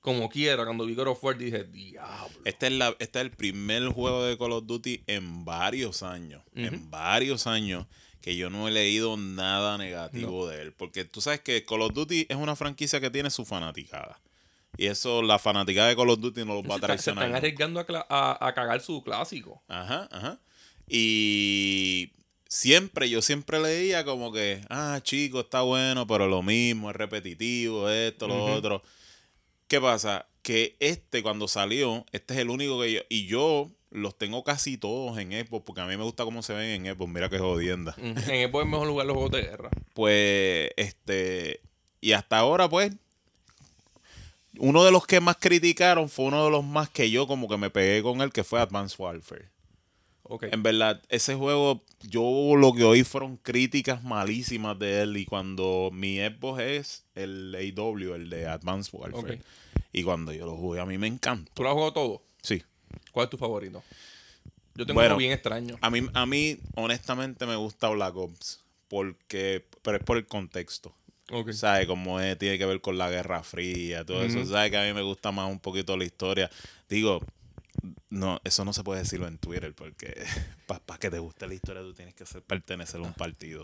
Speaker 2: como quiera, cuando vi God of War dije, diablo.
Speaker 3: Este es, la, este es el primer juego de Call of Duty en varios años. Uh-huh. En varios años que yo no he leído nada negativo no. de él. Porque tú sabes que Call of Duty es una franquicia que tiene su fanaticada. Y eso, la fanaticada de Call of Duty no los va a traicionar.
Speaker 2: Se están arriesgando a, a, a cagar su clásico.
Speaker 3: Ajá, ajá. Y siempre, yo siempre leía como que, ah, chico, está bueno, pero lo mismo, es repetitivo, esto, lo uh-huh. otro. ¿Qué pasa? Que este, cuando salió, este es el único que yo... Y yo los tengo casi todos en Xbox, porque a mí me gusta cómo se ven en Xbox. Mira qué jodienda.
Speaker 2: En Xbox es mejor jugar los juegos de guerra.
Speaker 3: Pues, este... Y hasta ahora, pues... Uno de los que más criticaron fue uno de los más que yo como que me pegué con él, que fue Advanced Warfare. Okay. En verdad, ese juego, yo lo que oí fueron críticas malísimas de él. Y cuando mi Xbox es el A W, el de Advanced Warfare. Okay. Y cuando yo lo jugué, a mí me encantó.
Speaker 2: ¿Tú lo has jugado todo?
Speaker 3: Sí.
Speaker 2: ¿Cuál es tu favorito? Yo tengo
Speaker 3: bueno,
Speaker 2: uno bien extraño.
Speaker 3: A mí, a mí, honestamente, me gusta Black Ops. Porque, pero es por el contexto. Okay. ¿Sabes? Como es, tiene que ver con la Guerra Fría, todo uh-huh. eso. ¿Sabes? Que a mí me gusta más un poquito la historia. Digo... No, eso no se puede decirlo en Twitter porque para pa que te guste la historia tú tienes que ser, pertenecer a un partido.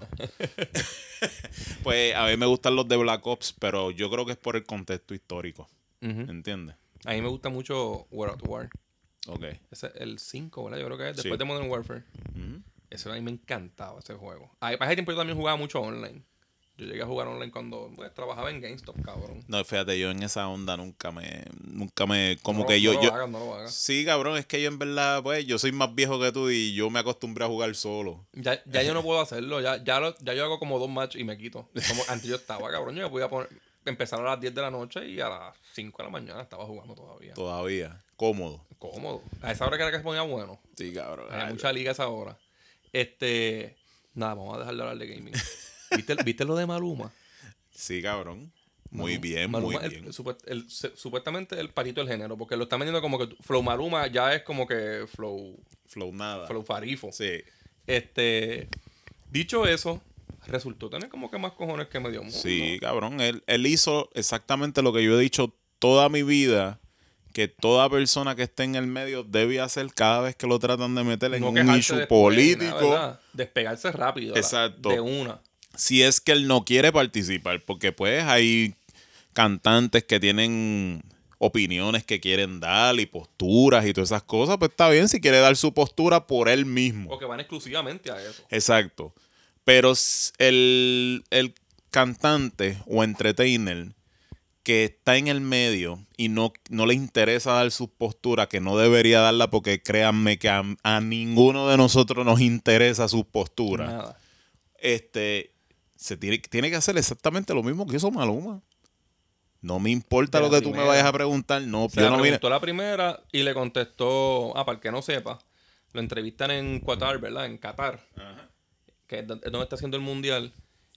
Speaker 3: Pues a mí me gustan los de Black Ops, pero yo creo que es por el contexto histórico. Uh-huh. ¿Entiendes?
Speaker 2: A mí me gusta mucho World at War.
Speaker 3: Ok.
Speaker 2: Ese es el cinco, ¿verdad? Yo creo que es después
Speaker 3: sí.
Speaker 2: de Modern Warfare.
Speaker 3: Uh-huh.
Speaker 2: Ese a mí me encantaba ese juego. Para ese tiempo yo también jugaba mucho online. Yo llegué a jugar online cuando pues, trabajaba en GameStop, cabrón.
Speaker 3: No, fíjate, yo en esa onda nunca me... Nunca me... Como
Speaker 2: no,
Speaker 3: que yo...
Speaker 2: No lo
Speaker 3: yo
Speaker 2: hagas, no lo hagas.
Speaker 3: Sí, cabrón, es que yo en verdad, pues, yo soy más viejo que tú y yo me acostumbré a jugar solo.
Speaker 2: Ya, ya yo no puedo hacerlo. Ya, ya, lo, ya yo hago como dos matches y me quito. Como antes yo estaba, cabrón. Yo me podía poner, empezar a las diez de la noche y a las cinco de la mañana estaba jugando todavía.
Speaker 3: Todavía. Cómodo.
Speaker 2: Cómodo. A esa hora que era que se ponía bueno.
Speaker 3: Sí, cabrón.
Speaker 2: Hay mucha liga a esa hora. Este... Nada, vamos a dejar de hablar de gaming. ¿Viste, ¿Viste lo de Maluma?
Speaker 3: Sí, cabrón. Muy Maluma, bien,
Speaker 2: Maluma,
Speaker 3: muy bien.
Speaker 2: El, el, el, el, supuestamente el patito del género, porque lo están vendiendo como que Flow Maluma ya es como que Flow...
Speaker 3: Flow nada.
Speaker 2: Flow Farifo.
Speaker 3: Sí.
Speaker 2: Este... Dicho eso, resultó tener como que más cojones que medio mundo.
Speaker 3: Sí, cabrón. Él, él hizo exactamente lo que yo he dicho toda mi vida, que toda persona que esté en el medio debe hacer cada vez que lo tratan de meter en no un issue después, político.
Speaker 2: Nada, despegarse rápido.
Speaker 3: Exacto.
Speaker 2: De una.
Speaker 3: Si es que él no quiere participar, porque pues hay cantantes que tienen opiniones que quieren dar y posturas y todas esas cosas, pues está bien si quiere dar su postura por él mismo.
Speaker 2: O que van exclusivamente a eso.
Speaker 3: Exacto. Pero el, el cantante o entertainer que está en el medio y no, no le interesa dar su postura, que no debería darla porque créanme que a, a ninguno de nosotros nos interesa su postura.
Speaker 2: Nada.
Speaker 3: Este... Se tiene, tiene que hacer exactamente lo mismo que hizo Maluma. No me importa lo que primera. Tú me vayas a preguntar. No,
Speaker 2: o sea,
Speaker 3: yo no
Speaker 2: vine. La primera y le contestó, ah, para el que no sepa, lo entrevistan en Qatar, ¿verdad? En Qatar, ajá. Que es donde está haciendo el mundial.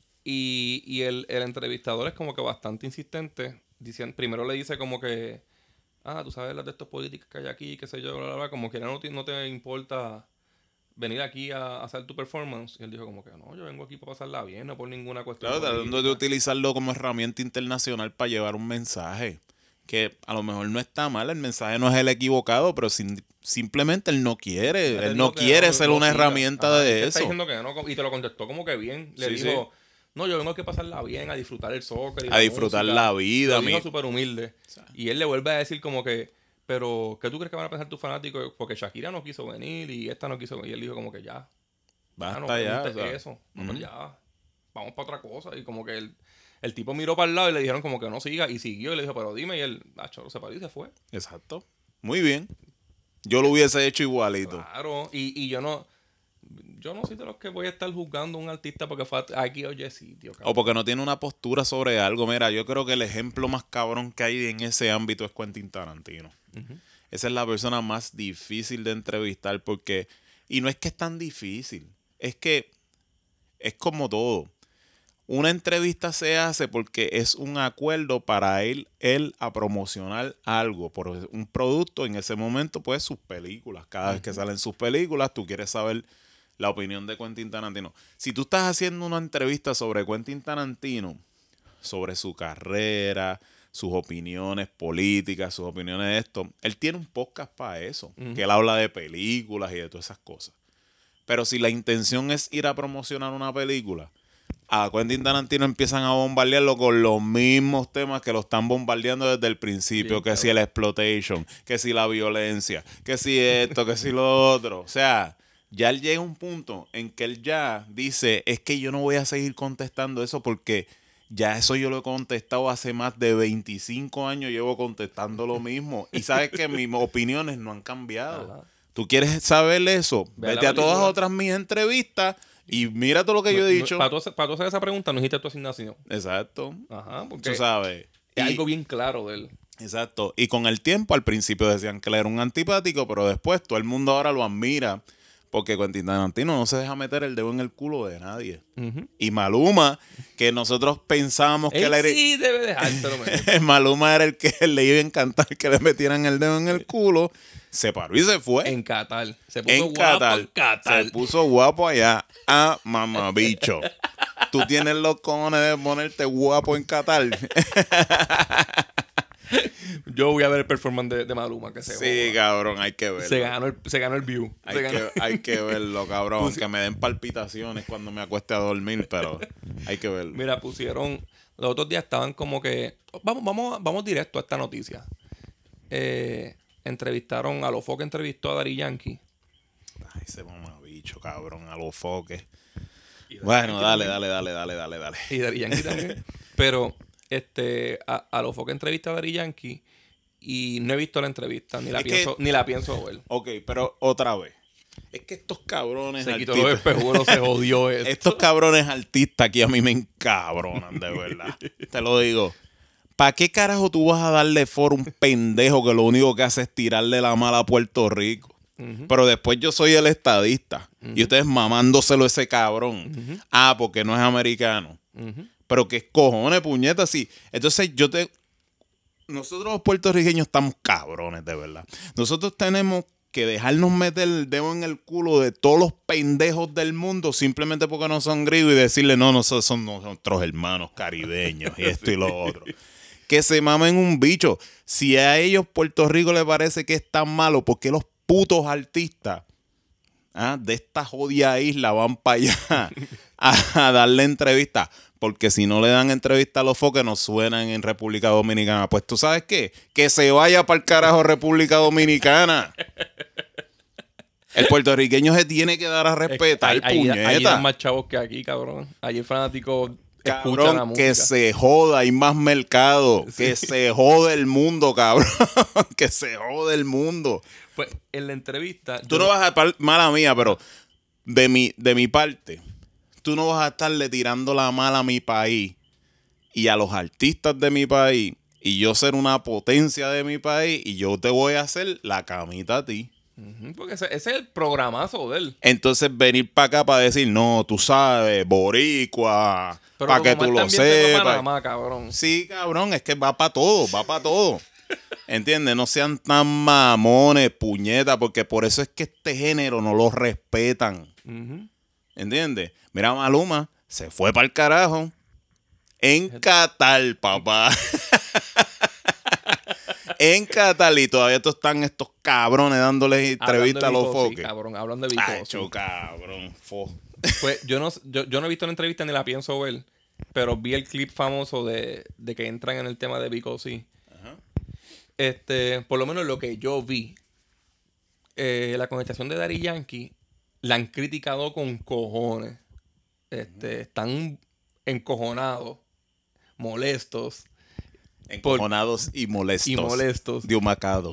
Speaker 2: Y, y el, el entrevistador es como que bastante insistente. Dicien, primero le dice como que, ah, tú sabes las de estos políticos que hay aquí, qué sé yo, bla, bla, bla. Como que no te, no te importa venir aquí a, a hacer tu performance. Y él dijo como que no, yo vengo aquí para pasarla bien, no por ninguna cuestión.
Speaker 3: Claro, tratando de utilizarlo como herramienta internacional para llevar un mensaje que a lo mejor no está mal, el mensaje no es el equivocado, pero sin, simplemente él no quiere, él, él no quiere no, ser no, una no, herramienta ajá, de eso.
Speaker 2: Está diciendo que no, y te lo contestó como que bien. Le sí, dijo, sí. no, yo vengo aquí a pasarla bien, a disfrutar el soccer. Y
Speaker 3: a
Speaker 2: la
Speaker 3: disfrutar
Speaker 2: música.
Speaker 3: La vida.
Speaker 2: Lo dijo súper humilde. O sea, y él le vuelve a decir como que, pero, ¿qué tú crees que van a pensar tus fanáticos? Porque Shakira no quiso venir y esta no quiso venir. Y él dijo como que ya.
Speaker 3: Basta
Speaker 2: no,
Speaker 3: ya.
Speaker 2: O sea, eso. No, uh-huh. Pues ya. Vamos para otra cosa. Y como que el, el tipo miró para el lado y le dijeron como que no siga. Y siguió y le dijo, pero dime. Y él, acho, se paró y se fue.
Speaker 3: Exacto. Muy bien. Yo lo hubiese hecho igualito.
Speaker 2: Claro. Y, y yo no... Yo no soy de los que voy a estar juzgando a un artista porque fue aquí oye sitio. Cabrón.
Speaker 3: O porque no tiene una postura sobre algo. Mira, yo creo que el ejemplo más cabrón que hay en ese ámbito es Quentin Tarantino. Uh-huh. Esa es la persona más difícil de entrevistar porque... Y no es que es tan difícil. Es que es como todo. Una entrevista se hace porque es un acuerdo para él, él a promocionar algo, por un producto. En ese momento, pues, sus películas. Cada uh-huh. vez que salen sus películas, tú quieres saber la opinión de Quentin Tarantino. Si tú estás haciendo una entrevista sobre Quentin Tarantino, sobre su carrera, sus opiniones políticas, sus opiniones de esto. Él tiene un podcast para eso,
Speaker 2: Ujú.
Speaker 3: que él habla de películas y de todas esas cosas. Pero si la intención es ir a promocionar una película, a Quentin Tarantino empiezan a bombardearlo con los mismos temas que lo están bombardeando desde el principio,
Speaker 2: Bien,
Speaker 3: que
Speaker 2: cabrón.
Speaker 3: si el exploitation, que si la violencia, que si esto, que si lo otro. O sea, ya él llega a un punto en que él ya dice, es que yo no voy a seguir contestando eso porque ya eso yo lo he contestado hace más de veinticinco años, llevo contestando lo mismo. Y sabes que mis opiniones no han cambiado.
Speaker 2: Ajá.
Speaker 3: ¿Tú quieres saber eso?
Speaker 2: Ve a la
Speaker 3: Vete a todas
Speaker 2: película.
Speaker 3: otras mis entrevistas y mira todo lo que yo he dicho.
Speaker 2: Para tú, hacer- para tú hacer esa pregunta, no dijiste tu asignación.
Speaker 3: Exacto.
Speaker 2: Ajá, porque
Speaker 3: Tú sabes.
Speaker 2: es
Speaker 3: Y-
Speaker 2: algo bien claro de él.
Speaker 3: Exacto. Y con el tiempo, al principio decían que él era un antipático, pero después todo el mundo ahora lo admira. Porque Quentin Tarantino no se deja meter el dedo en el culo de nadie.
Speaker 2: Ujú.
Speaker 3: Y Maluma, que nosotros pensábamos que
Speaker 2: Él
Speaker 3: él era...
Speaker 2: sí debe dejártelo, men.
Speaker 3: Maluma era el que le iba a encantar que le metieran el dedo en el culo. Se paró y se fue.
Speaker 2: En Qatar. Se puso
Speaker 3: En
Speaker 2: guapo
Speaker 3: Qatar.
Speaker 2: en Qatar.
Speaker 3: Se puso guapo allá. Ah, mamabicho. Tú tienes los cojones de ponerte guapo en Qatar.
Speaker 2: Yo voy a ver el performance de, de Maluma que se
Speaker 3: Sí,
Speaker 2: joda.
Speaker 3: cabrón, hay que verlo.
Speaker 2: se ganó el, se ganó el view.
Speaker 3: Hay
Speaker 2: Se ganó-
Speaker 3: que, hay que verlo, cabrón.
Speaker 2: Pues sí.
Speaker 3: Que me den palpitaciones cuando me acueste a dormir, pero hay que verlo.
Speaker 2: Mira, pusieron. Los otros días estaban como que. Vamos, vamos, vamos directo a esta noticia. Eh, entrevistaron a los que entrevistó a Daddy Yankee.
Speaker 3: Ay, ese mamabicho, cabrón, a los foques. Bueno, dale, dale, dale, dale, dale, dale.
Speaker 2: Y Daddy Yankee también. Pero este, a, a los que entrevista a Daddy Yankee. Y no he visto la entrevista, ni la,
Speaker 3: Es que-
Speaker 2: pienso, ni la pienso ver.
Speaker 3: Ok, pero otra vez. Es que estos cabrones
Speaker 2: Se quitó
Speaker 3: artistas-
Speaker 2: los espejuelos, se jodió esto.
Speaker 3: Estos cabrones artistas aquí a mí me encabronan, de verdad. Te lo digo. ¿Para qué carajo tú vas a darle foro a un pendejo que lo único que hace es tirarle la mala a Puerto Rico?
Speaker 2: Ujú.
Speaker 3: Pero después yo soy el estadista. Y ustedes mamándoselo a ese cabrón.
Speaker 2: Ujú.
Speaker 3: Ah, porque no es americano.
Speaker 2: Ujú.
Speaker 3: Pero qué cojones, puñeta, sí. Entonces yo te... Nosotros los puertorriqueños estamos cabrones, de verdad. Nosotros tenemos que dejarnos meter el dedo en el culo de todos los pendejos del mundo simplemente porque no son gringos y decirle, no, nosotros son nuestros hermanos caribeños y esto y lo otro. Que se mamen un bicho. Si a ellos Puerto Rico les parece que es tan malo, ¿por qué los putos artistas ah, de esta jodida isla van para allá a, a darle entrevista? Porque si no le dan entrevista a los foques, no suenan en República Dominicana. Pues tú sabes qué, que se vaya para el carajo República Dominicana. El puertorriqueño se tiene que dar a respetar,
Speaker 2: Ahí- ahí- ahí
Speaker 3: puñeta.
Speaker 2: dan más chavos que aquí, cabrón. Allí el fanático escucha la
Speaker 3: Cabrón,
Speaker 2: música.
Speaker 3: que se joda, hay más mercado. Que se jode el mundo, cabrón. Que se jode el mundo.
Speaker 2: Pues en la entrevista.
Speaker 3: Tú
Speaker 2: yo-
Speaker 3: no vas a... par- Mala mía, pero de mi, de mi parte, tú no vas a estarle tirando la mala a mi país y a los artistas de mi país y yo ser una potencia de mi país y yo te voy a hacer la camita a ti.
Speaker 2: Ujú, porque ese, ese es el programazo de él.
Speaker 3: Entonces venir para acá para decir, no, tú sabes, boricua,
Speaker 2: Pero
Speaker 3: para que
Speaker 2: como
Speaker 3: tú
Speaker 2: él
Speaker 3: lo
Speaker 2: también se fue a
Speaker 3: sepas.
Speaker 2: Panamá, cabrón.
Speaker 3: Sí, cabrón, es que va para todo, va para todo. ¿Entiendes? No sean tan mamones, puñetas, porque por eso es que este género no lo respetan.
Speaker 2: Ujú.
Speaker 3: ¿Entiendes? Mira, Maluma se fue para el carajo. En Qatar, papá. En Qatar. Y todavía estos están estos cabrones dándoles entrevistas a
Speaker 2: Hablando
Speaker 3: los
Speaker 2: de Vico, sí,
Speaker 3: foques.
Speaker 2: cabrón, hablando de Vico,
Speaker 3: Ay,
Speaker 2: sí.
Speaker 3: cho, cabrón. Fo.
Speaker 2: Pues yo no, yo, yo no he visto la entrevista ni la pienso ver, pero vi el clip famoso de, de que entran en el tema de Vico, sí.
Speaker 3: Ajá.
Speaker 2: Este, por lo menos lo que yo vi, eh, la conversación de Daddy Yankee la han criticado con cojones. Este, están encojonados, molestos
Speaker 3: Encojonados y molestos.
Speaker 2: y molestos.
Speaker 3: De humacado.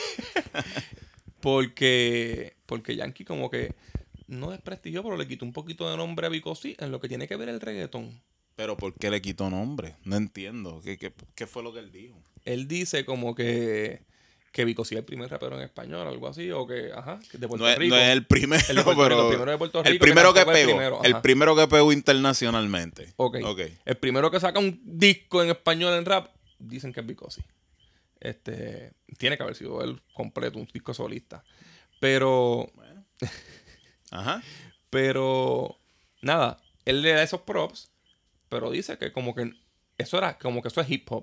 Speaker 2: Porque, porque Yankee como que no desprestigió, pero le quitó un poquito de nombre a Vico sí en lo que tiene que ver el reggaetón.
Speaker 3: Pero ¿por qué le quitó nombre? No entiendo. ¿Qué, qué, qué fue lo que él dijo?
Speaker 2: Él dice como que, que Vico sí es el primer rapero en español, algo así, o que, ajá, que de Puerto
Speaker 3: No es,
Speaker 2: Rico.
Speaker 3: no es el primero,
Speaker 2: El de Puerto
Speaker 3: pero...
Speaker 2: Rico, el primero de Puerto
Speaker 3: el
Speaker 2: Rico, que
Speaker 3: primero que,
Speaker 2: tampoco es el
Speaker 3: pegó.
Speaker 2: primero,
Speaker 3: El
Speaker 2: ajá.
Speaker 3: primero que pegó internacionalmente.
Speaker 2: Ok.
Speaker 3: Ok.
Speaker 2: El primero que saca un disco en español en rap, dicen que es Vico sí. Este, tiene que haber sido él completo, un disco solista. Pero,
Speaker 3: Ajá.
Speaker 2: pero, nada, él le da esos props, pero dice que como que eso era, como que eso es hip hop.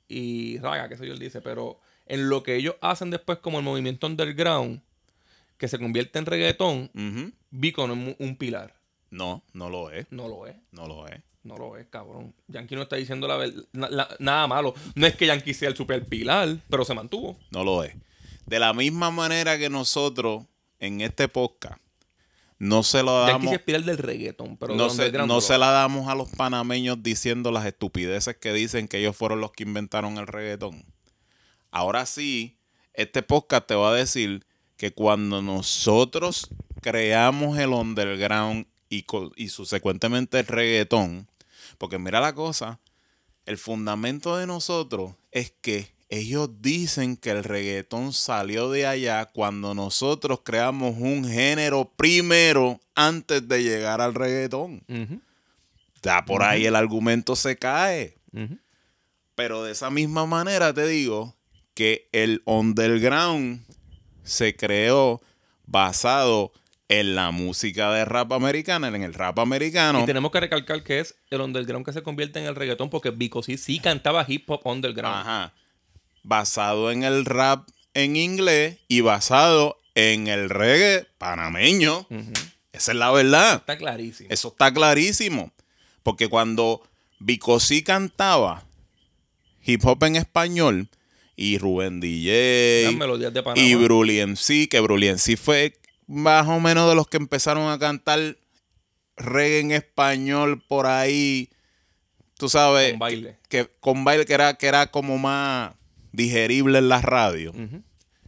Speaker 2: y raga, qué sé yo, él dice, pero en lo que ellos hacen después como el movimiento underground, que se convierte en reggaetón,
Speaker 3: Uh-huh.
Speaker 2: Vico no es un pilar.
Speaker 3: No, no lo es.
Speaker 2: No lo es.
Speaker 3: No lo es.
Speaker 2: No lo es, cabrón. Yankee no está diciendo la verdad, na- la- nada malo. No es que Yankee sea el super pilar, pero se mantuvo.
Speaker 3: No lo es. De la misma manera que nosotros en este podcast no se lo
Speaker 2: Yankee
Speaker 3: damos,
Speaker 2: sí es pilar del reggaetón, pero
Speaker 3: no,
Speaker 2: de
Speaker 3: se,
Speaker 2: underground
Speaker 3: no
Speaker 2: lo
Speaker 3: se
Speaker 2: es.
Speaker 3: la damos a los panameños diciendo las estupideces que dicen que ellos fueron los que inventaron el reggaetón. Ahora sí, este podcast te va a decir que cuando nosotros creamos el underground y, co- y subsecuentemente el reggaetón, porque mira la cosa, el fundamento de nosotros es que ellos dicen que el reggaetón salió de allá cuando nosotros creamos un género primero antes de llegar al reggaetón.
Speaker 2: Ujú,
Speaker 3: Ya por ahí el argumento se cae.
Speaker 2: ujú.
Speaker 3: Pero de esa misma manera te digo que el underground se creó basado en la música de rap americana, en el rap americano.
Speaker 2: Y tenemos que recalcar que es el underground que se convierte en el reggaetón porque Vico sí, sí cantaba hip hop underground.
Speaker 3: Ajá. Basado en el rap en inglés y basado en el reggae panameño.
Speaker 2: Ujú.
Speaker 3: Esa es la verdad.
Speaker 2: Está clarísimo.
Speaker 3: Eso está clarísimo. Porque cuando Vico sí cantaba hip hop en español y Rubén D
Speaker 2: Las
Speaker 3: J
Speaker 2: melodías de Panamá.
Speaker 3: y Bruli M C, que Bruli M C fue más o menos de los que empezaron a cantar reggae en español por ahí, tú sabes,
Speaker 2: Con baile.
Speaker 3: Que, que con baile que era, que era como más digerible en la radio.
Speaker 2: Ujú.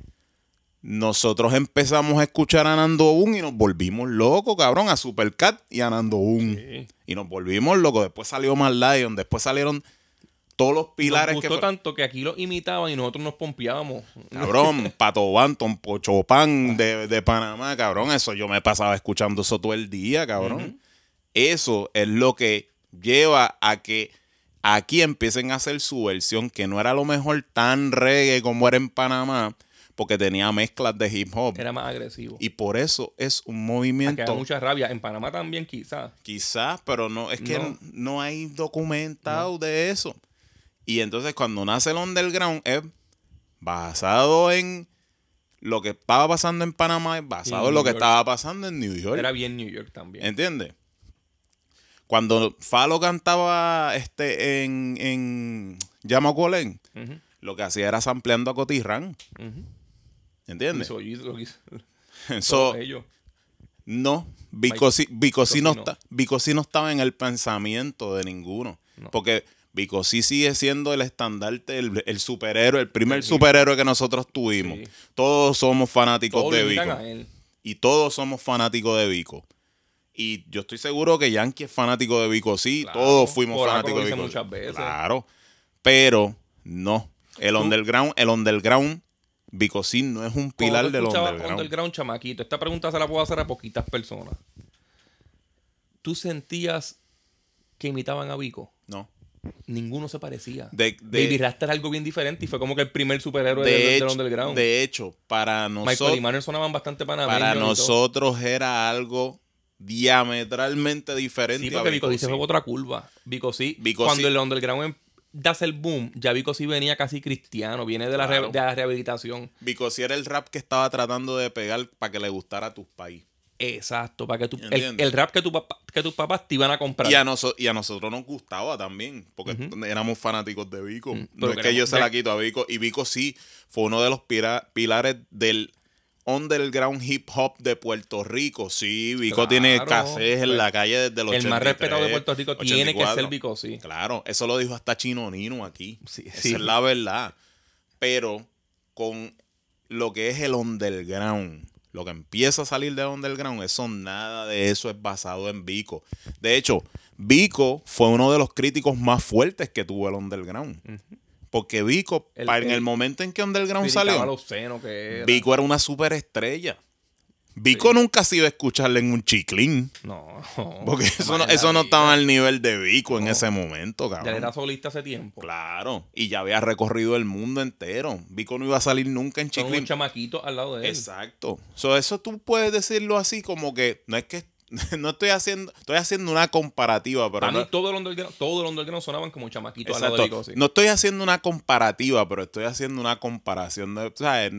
Speaker 3: Nosotros empezamos a escuchar a Nando Un y nos volvimos locos, cabrón, a Supercat y a Nando Un.
Speaker 2: Sí.
Speaker 3: Y nos volvimos locos. Después salió Mad Lion, después salieron todos los pilares
Speaker 2: Nos
Speaker 3: que
Speaker 2: gustó
Speaker 3: fue-
Speaker 2: tanto que aquí los imitaban y nosotros nos pompeábamos.
Speaker 3: Cabrón, Pato Banton, Pochopán de, de Panamá, cabrón. Eso yo me pasaba escuchando eso todo el día, cabrón.
Speaker 2: Ujú.
Speaker 3: Eso es lo que lleva a que aquí empiecen a hacer su versión, que no era a lo mejor tan reggae como era en Panamá, porque tenía mezclas de hip hop.
Speaker 2: Era más agresivo.
Speaker 3: Y por eso es un
Speaker 2: Que
Speaker 3: movimiento,
Speaker 2: da mucha rabia. En Panamá también quizás.
Speaker 3: quizás, pero no, es que
Speaker 2: No.
Speaker 3: no, no hay documentado de eso. Y entonces cuando nace el underground es basado en lo que estaba pasando en Panamá, es basado
Speaker 2: Y
Speaker 3: en lo
Speaker 2: New
Speaker 3: que
Speaker 2: York.
Speaker 3: estaba pasando en New York.
Speaker 2: Era bien New York también.
Speaker 3: ¿Entiendes? Cuando Falo cantaba este en, en Yamacolén,
Speaker 2: Ujú,
Speaker 3: lo que hacía era sampleando a Cotirrán.
Speaker 2: ujú.
Speaker 3: ¿Entiendes?
Speaker 2: Hizo- hizo lo que hizo-
Speaker 3: So,
Speaker 2: todos ellos.
Speaker 3: no, Vico sí, Vico sí no,
Speaker 2: no.
Speaker 3: está- Vico sí no estaba en el pensamiento de ninguno.
Speaker 2: No.
Speaker 3: Porque Vico sí sigue siendo el estandarte, el, el superhéroe, el primer
Speaker 2: Sí.
Speaker 3: superhéroe que nosotros tuvimos.
Speaker 2: Sí.
Speaker 3: Todos somos fanáticos
Speaker 2: Todos
Speaker 3: de
Speaker 2: le miran
Speaker 3: Vico.
Speaker 2: a él.
Speaker 3: Y todos somos fanáticos de Vico. Y yo estoy seguro que Yankee es fanático de Vico, sí.
Speaker 2: Claro,
Speaker 3: Todos fuimos
Speaker 2: Poraco
Speaker 3: fanáticos
Speaker 2: lo
Speaker 3: de
Speaker 2: dice
Speaker 3: Vico.
Speaker 2: muchas veces.
Speaker 3: Claro. Pero no. El
Speaker 2: Tú-
Speaker 3: underground, el underground, Vico sí no es un pilar
Speaker 2: Cuando tú
Speaker 3: del
Speaker 2: escuchabas
Speaker 3: underground.
Speaker 2: underground, chamaquito. Esta pregunta se la puedo hacer a poquitas personas. ¿Tú sentías que imitaban a Vico?
Speaker 3: No.
Speaker 2: Ninguno se parecía.
Speaker 3: De, de-
Speaker 2: Baby Rasta era algo bien diferente y fue como que el primer superhéroe
Speaker 3: de
Speaker 2: del, del
Speaker 3: hecho,
Speaker 2: underground.
Speaker 3: de hecho, para
Speaker 2: Michael y
Speaker 3: nosotros,
Speaker 2: Manuel sonaban bastante panameños.
Speaker 3: para
Speaker 2: y todo.
Speaker 3: nosotros era algo diametralmente diferente.
Speaker 2: Sí,
Speaker 3: a
Speaker 2: porque Vico sí se
Speaker 3: sí.
Speaker 2: fue otra curva. Vico sí.
Speaker 3: Vico
Speaker 2: cuando
Speaker 3: sí.
Speaker 2: el underground em- da el boom, ya Vico sí venía casi cristiano. Viene de la, re-
Speaker 3: Claro.
Speaker 2: de la rehabilitación.
Speaker 3: Vico sí era el rap que estaba tratando de pegar para que le gustara a tus país.
Speaker 2: Exacto. Para que tu, el,
Speaker 3: ¿Entiendes?
Speaker 2: el rap que, tu papá, que tus papás te iban a comprar.
Speaker 3: Y a, noso- y a nosotros nos gustaba también, porque
Speaker 2: Ujú.
Speaker 3: éramos fanáticos de Vico.
Speaker 2: Mm,
Speaker 3: No
Speaker 2: pero
Speaker 3: es que
Speaker 2: queremos-
Speaker 3: yo se
Speaker 2: ya-
Speaker 3: la quito a Vico. Y Vico sí fue uno de los pira- pilares del underground hip hop de Puerto Rico. Sí, Vico
Speaker 2: Claro,
Speaker 3: tiene casés en
Speaker 2: pues,
Speaker 3: la calle desde los
Speaker 2: el más respetado de Puerto Rico tiene que ser
Speaker 3: Vico.
Speaker 2: Vico, sí.
Speaker 3: Claro, eso lo dijo hasta Chino Nino aquí.
Speaker 2: Sí,
Speaker 3: Esa
Speaker 2: sí.
Speaker 3: es la verdad. Pero con lo que es el underground, lo que empieza a salir del underground, eso nada de eso es basado en Vico. De hecho, Vico fue uno de los críticos más fuertes que tuvo el underground. Porque Vico,
Speaker 2: El-
Speaker 3: pa- en
Speaker 2: el-
Speaker 3: el momento en que underground
Speaker 2: Criticaba
Speaker 3: salió,
Speaker 2: lo obsceno que era.
Speaker 3: Vico era una superestrella. Vico nunca se iba a escucharle en un chiclín.
Speaker 2: No.
Speaker 3: Porque eso no,
Speaker 2: jamás en
Speaker 3: eso
Speaker 2: la
Speaker 3: no
Speaker 2: vida.
Speaker 3: estaba al nivel de Vico en
Speaker 2: No.
Speaker 3: ese momento,
Speaker 2: Ya
Speaker 3: cabrón.
Speaker 2: él era solista hace tiempo.
Speaker 3: Claro, y ya había recorrido el mundo entero. Vico no iba a salir nunca en
Speaker 2: Son
Speaker 3: Chiclín.
Speaker 2: unos chamaquitos al lado de él.
Speaker 3: Exacto. So, eso tú puedes decirlo así como que no es que no estoy haciendo, estoy haciendo una comparativa, pero
Speaker 2: A mí
Speaker 3: no,
Speaker 2: todo el underground, todo el underground sonaban como chamaquitos al lado
Speaker 3: exacto,
Speaker 2: de Vico, sí.
Speaker 3: no estoy haciendo una comparativa, pero estoy haciendo una comparación de, ¿sabes?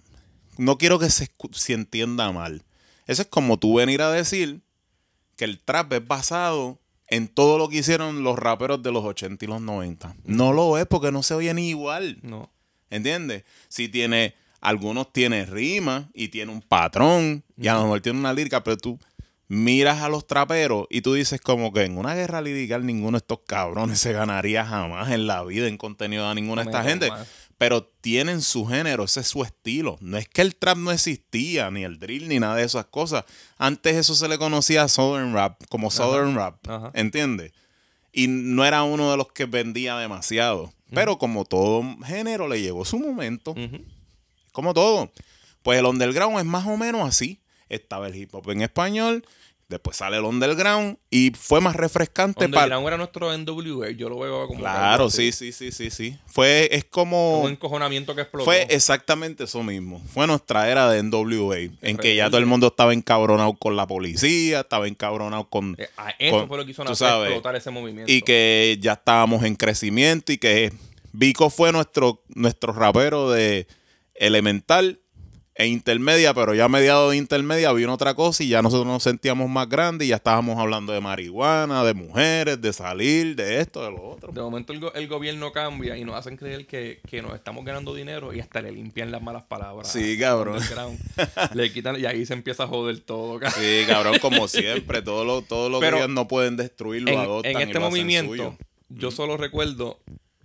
Speaker 3: No quiero que se, escu- se entienda mal. Eso es como tú venir a decir que el trap es basado en todo lo que hicieron los raperos de los ochenta y los noventa. No lo es porque no se oyen igual.
Speaker 2: No.
Speaker 3: ¿Entiendes? Si tiene, algunos tienen rima y tiene un patrón y a lo mejor tiene una lírica, pero tú miras a los traperos y tú dices como que en una guerra lirical ninguno de estos cabrones se ganaría jamás en la vida en contenido a ninguna de esta
Speaker 2: Menos
Speaker 3: gente.
Speaker 2: más.
Speaker 3: Pero tienen su género, ese es su estilo. No es que el trap no existía, ni el drill, ni nada de esas cosas. Antes eso se le conocía a Southern Rap, como Southern Rap,
Speaker 2: Ajá.
Speaker 3: ¿entiendes? Y no era uno de los que vendía demasiado. Pero como todo género le llegó su momento.
Speaker 2: Ujú.
Speaker 3: Como todo. Pues el underground es más o menos así. Estaba el hip hop en español, después sale el underground y fue más refrescante para...
Speaker 2: Underground era nuestro N W A, yo lo veo como...
Speaker 3: Claro,
Speaker 2: algo así.
Speaker 3: sí, sí, sí, sí, sí. Fue, es como...
Speaker 2: Un encojonamiento que explotó.
Speaker 3: Fue exactamente eso mismo. Fue nuestra era de N W A, en que ya
Speaker 2: rebelde.
Speaker 3: todo el mundo estaba encabronado con la policía, estaba encabronado con...
Speaker 2: Eh, a eso
Speaker 3: con-
Speaker 2: fue lo que hizo
Speaker 3: tú
Speaker 2: nacer,
Speaker 3: sabes,
Speaker 2: explotar ese movimiento.
Speaker 3: y que ya estábamos en crecimiento y que Vico fue nuestro, nuestro rapero de elemental e intermedia, pero ya a mediados de intermedia vino otra cosa y ya nosotros nos sentíamos más grandes y ya estábamos hablando de marihuana, de mujeres, de salir, de esto, de lo otro.
Speaker 2: De momento el, go- el gobierno cambia y nos hacen creer que, que nos estamos ganando dinero y hasta le limpian las malas palabras.
Speaker 3: Sí,
Speaker 2: a-
Speaker 3: cabrón.
Speaker 2: al underground. Le quitan y ahí se empieza a joder todo. cabrón.
Speaker 3: Sí, cabrón, como siempre, todo lo, todo lo
Speaker 2: Pero
Speaker 3: que ellos no pueden destruir lo
Speaker 2: En,
Speaker 3: adoptan
Speaker 2: en
Speaker 3: y
Speaker 2: este
Speaker 3: lo hacen
Speaker 2: movimiento,
Speaker 3: suyo.
Speaker 2: yo solo recuerdo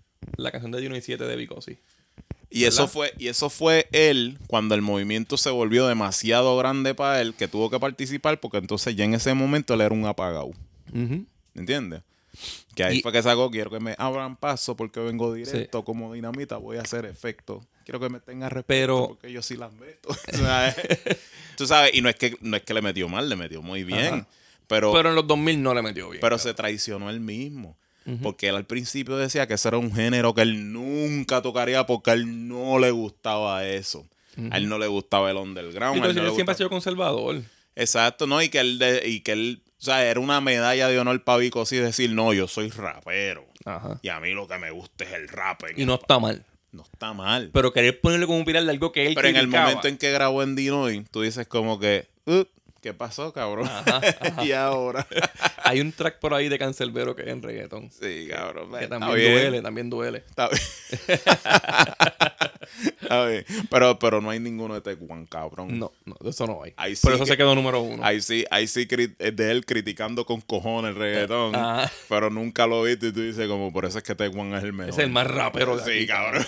Speaker 2: la canción de Dino y siete de Vicosi.
Speaker 3: Y eso
Speaker 2: ¿verdad?
Speaker 3: fue, y eso fue él cuando el movimiento se volvió demasiado grande para él, que tuvo que participar, porque entonces ya en ese momento él era un apagado. ¿Entiendes? Que ahí
Speaker 2: Y-
Speaker 3: fue que sacó, quiero que me abran paso porque vengo directo como dinamita, voy a hacer efecto. Quiero que me tengan respeto
Speaker 2: Pero-
Speaker 3: porque yo sí las meto. ¿Sabes? Tú sabes, y no es que no es que le metió mal, le metió muy bien.
Speaker 2: Ajá.
Speaker 3: Pero,
Speaker 2: Pero en los dos mil no le metió bien.
Speaker 3: pero
Speaker 2: cabrón.
Speaker 3: se traicionó él mismo. Porque él al principio decía que ese era un género que él nunca tocaría porque a él no le gustaba eso. A él no le gustaba el underground.
Speaker 2: Y
Speaker 3: a
Speaker 2: tú
Speaker 3: él no
Speaker 2: dices,
Speaker 3: le
Speaker 2: él siempre ha
Speaker 3: gustaba-
Speaker 2: sido conservador.
Speaker 3: Exacto, ¿no? Y que él, de- y que él, o sea, era una medalla de honor para Vico sí decir, no, yo soy rapero.
Speaker 2: Ajá.
Speaker 3: Y a mí lo que me gusta es el rap. en
Speaker 2: Y
Speaker 3: el
Speaker 2: no
Speaker 3: pa-".
Speaker 2: está mal.
Speaker 3: No está mal.
Speaker 2: Pero querer ponerle como un pilar de algo que él
Speaker 3: Pero en el
Speaker 2: criticaba.
Speaker 3: momento en que grabó en Dinoy, tú dices como que, "Uh, ¿qué pasó, cabrón?
Speaker 2: Ajá, ajá.
Speaker 3: Y ahora.
Speaker 2: Hay un track por ahí de Cancerbero que es en reggaetón.
Speaker 3: Sí, cabrón.
Speaker 2: Que
Speaker 3: está
Speaker 2: también
Speaker 3: bien.
Speaker 2: duele, también duele.
Speaker 3: Está bien. Está bien. Pero, pero no hay ninguno de Tecuan, cabrón.
Speaker 2: No, no, de eso no hay.
Speaker 3: Ahí sí
Speaker 2: Por eso
Speaker 3: que-
Speaker 2: se quedó número uno.
Speaker 3: Ahí sí, ahí sí cri- es de él criticando con cojones el reggaetón.
Speaker 2: Ah.
Speaker 3: Pero nunca lo viste y tú dices como por eso es que Tecuan es el mejor.
Speaker 2: Es el más rapero de
Speaker 3: Sí,
Speaker 2: aquí,
Speaker 3: cabrón.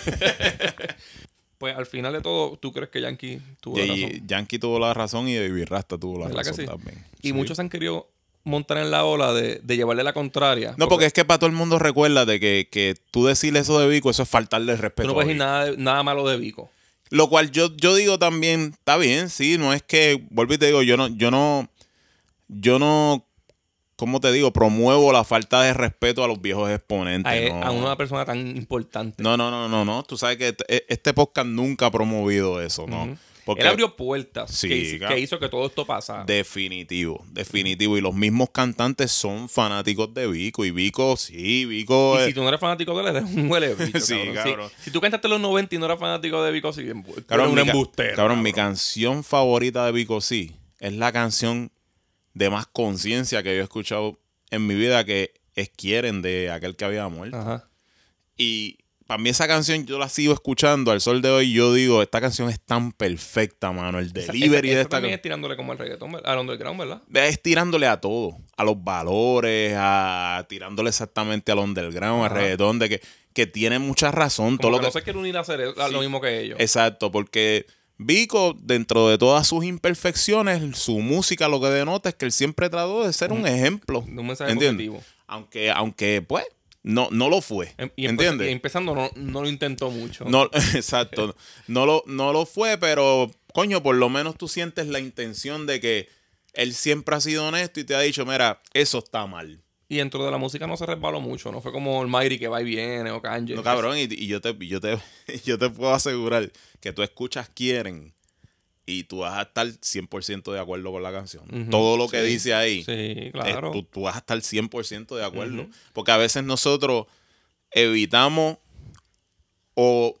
Speaker 2: Pues al final de todo, ¿tú crees que Yankee tuvo
Speaker 3: Y
Speaker 2: la
Speaker 3: ahí
Speaker 2: razón?
Speaker 3: Yankee tuvo la razón y Baby Rasta tuvo la
Speaker 2: ¿Verdad que
Speaker 3: razón
Speaker 2: sí?
Speaker 3: también.
Speaker 2: Y
Speaker 3: Sí.
Speaker 2: muchos han querido montar en la ola de, de llevarle la contraria.
Speaker 3: No, porque es que para todo el mundo recuerda de que, que tú decirle eso de Vico, eso es faltarle respeto.
Speaker 2: tú no
Speaker 3: a
Speaker 2: puedes decir
Speaker 3: Vico.
Speaker 2: nada, de- nada malo de Vico.
Speaker 3: Lo cual yo, yo digo también, está bien, sí, no es que, vuelvo y te digo, yo no, yo no, yo no, ¿cómo te digo? Promuevo la falta de respeto a los viejos exponentes.
Speaker 2: A,
Speaker 3: no.
Speaker 2: a una persona tan importante.
Speaker 3: no, no, no, no, no. Tú sabes que este, este podcast nunca ha promovido eso, ¿no?
Speaker 2: Ujú.
Speaker 3: Porque
Speaker 2: Él abrió puertas
Speaker 3: Sí,
Speaker 2: que, hizo,
Speaker 3: claro.
Speaker 2: que hizo que todo esto pasara.
Speaker 3: definitivo, definitivo. Y los mismos cantantes son fanáticos de Vico. Y Vico, sí, Vico
Speaker 2: y
Speaker 3: es...
Speaker 2: si tú no eres fanático de él, eres un huele bicho,
Speaker 3: Sí,
Speaker 2: cabrón.
Speaker 3: cabrón.
Speaker 2: Si, si tú cantaste en los noventa y no eras fanático de Vico, sí, embu- tú
Speaker 3: Cabrón,
Speaker 2: eres un
Speaker 3: mi ca-
Speaker 2: embustero.
Speaker 3: cabrón, mi
Speaker 2: cabrón.
Speaker 3: canción favorita de Vico sí es la canción de más conciencia que yo he escuchado en mi vida, que es Quieren, de aquel que había muerto.
Speaker 2: Ajá.
Speaker 3: Y para mí esa canción yo la sigo escuchando al sol de hoy. Yo digo, esta canción es tan perfecta, mano. El
Speaker 2: Esa-
Speaker 3: delivery
Speaker 2: esa-
Speaker 3: de
Speaker 2: esa
Speaker 3: esta
Speaker 2: también
Speaker 3: canción
Speaker 2: es tirándole como al reggaetón, ¿verdad? al underground, ¿verdad?
Speaker 3: es tirándole a todo, a los valores, a tirándole exactamente al underground, al
Speaker 2: Ajá.
Speaker 3: reggaetón, de que, que tiene mucha razón. todo
Speaker 2: Como
Speaker 3: lo
Speaker 2: que
Speaker 3: que,
Speaker 2: no se quiere unir a hacer es- a lo mismo que ellos.
Speaker 3: Exacto, porque Vico, dentro de todas sus imperfecciones, su música lo que denota es que él siempre trató de ser un ejemplo.
Speaker 2: De un mensaje
Speaker 3: ¿Entiendes?
Speaker 2: positivo.
Speaker 3: Aunque, aunque, pues, no, no lo fue.
Speaker 2: Em- Y, empe-
Speaker 3: ¿Entiendes?
Speaker 2: y empezando no, no lo intentó mucho.
Speaker 3: No, exacto. No lo, no lo fue, pero, coño, por lo menos tú sientes la intención de que él siempre ha sido honesto y te ha dicho, mira, eso está mal.
Speaker 2: Y dentro de la música no se resbaló mucho. No fue como el Mayri que va y viene o Kanye.
Speaker 3: No, cabrón, y, y yo, te, yo, te, yo te puedo asegurar que tú escuchas Quieren y tú vas a estar cien por ciento de acuerdo con la canción.
Speaker 2: Uh-huh.
Speaker 3: Todo lo que
Speaker 2: sí.
Speaker 3: dice ahí,
Speaker 2: sí, claro.
Speaker 3: eh, tú, tú vas a estar cien por ciento de acuerdo.
Speaker 2: Uh-huh.
Speaker 3: Porque a veces nosotros evitamos o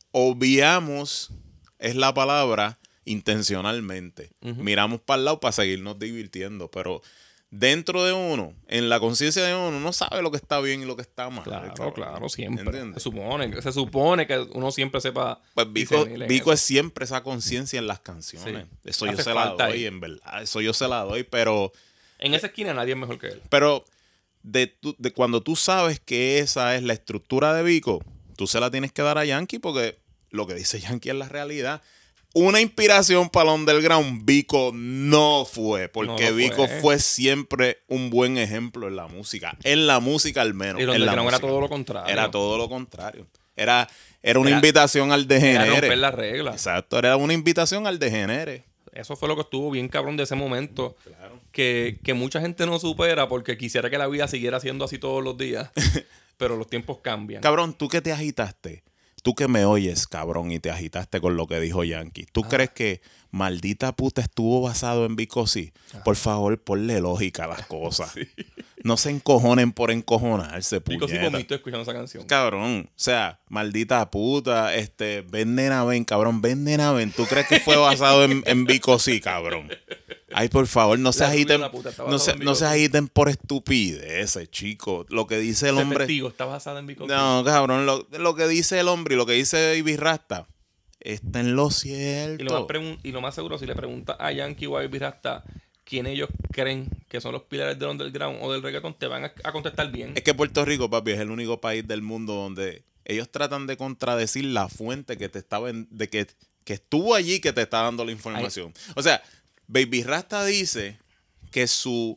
Speaker 3: obviamos, es la palabra, intencionalmente. Uh-huh. Miramos para el lado para seguirnos divirtiendo, pero dentro de uno, en la conciencia de uno, no sabe lo que está bien y lo que está mal.
Speaker 2: Claro,
Speaker 3: cabrón.
Speaker 2: claro, siempre.
Speaker 3: ¿Entiendes?
Speaker 2: Se supone, se supone que uno siempre sepa.
Speaker 3: Pues Vico, Vico es siempre esa conciencia en las canciones. Sí. Eso yo se la doy, ahí. En verdad. Eso yo se la doy, pero...
Speaker 2: En esa esquina nadie es mejor que él.
Speaker 3: Pero de, tu, de cuando tú sabes que esa es la estructura de Vico, tú se la tienes que dar a Yankee porque lo que dice Yankee es la realidad. Una inspiración para el underground, Vico no fue, porque no Vico fue. fue siempre un buen ejemplo en la música, en la música al menos.
Speaker 2: Y el underground era todo lo contrario.
Speaker 3: Era todo lo contrario. Era, era una era, invitación al degenere.
Speaker 2: Era romper las reglas.
Speaker 3: Exacto, era una invitación al degenere.
Speaker 2: Eso fue lo que estuvo bien cabrón de ese momento. Claro. Que, que mucha gente no supera porque quisiera que la vida siguiera siendo así todos los días. Pero los tiempos cambian.
Speaker 3: Cabrón, ¿tú que te agitaste? Tú que me oyes, cabrón, y te agitaste con lo que dijo Yankee. ¿Tú ah. crees que Maldita Puta estuvo basado en Vico sí? Ah. Por favor, ponle lógica a las cosas. Sí. No se encojonen por encojonarse, puñeta.
Speaker 2: Vico sí vomito escuchando esa canción.
Speaker 3: Cabrón, o sea, Maldita Puta, este, ven nena ven, cabrón, ven nena ven. ¿Tú crees que fue basado en, en Vico sí, cabrón? Ay, por favor, no se agiten, no se, no se agiten por estupideces, chico. Lo que dice el
Speaker 2: Ese
Speaker 3: hombre...
Speaker 2: testigo está basado en Vico.
Speaker 3: No, cabrón, lo, lo que dice el hombre y lo que dice Baby Rasta está en lo cierto.
Speaker 2: Y lo, más pregun- y lo más seguro, si le preguntas a Yankee o a Baby Rasta quién ellos creen que son los pilares del underground o del reggaeton, te van a, a contestar bien.
Speaker 3: Es que Puerto Rico, papi, es el único país del mundo donde ellos tratan de contradecir la fuente que te estaba en, de que, que estuvo allí que te está dando la información. Ay. O sea, Baby Rasta dice que su,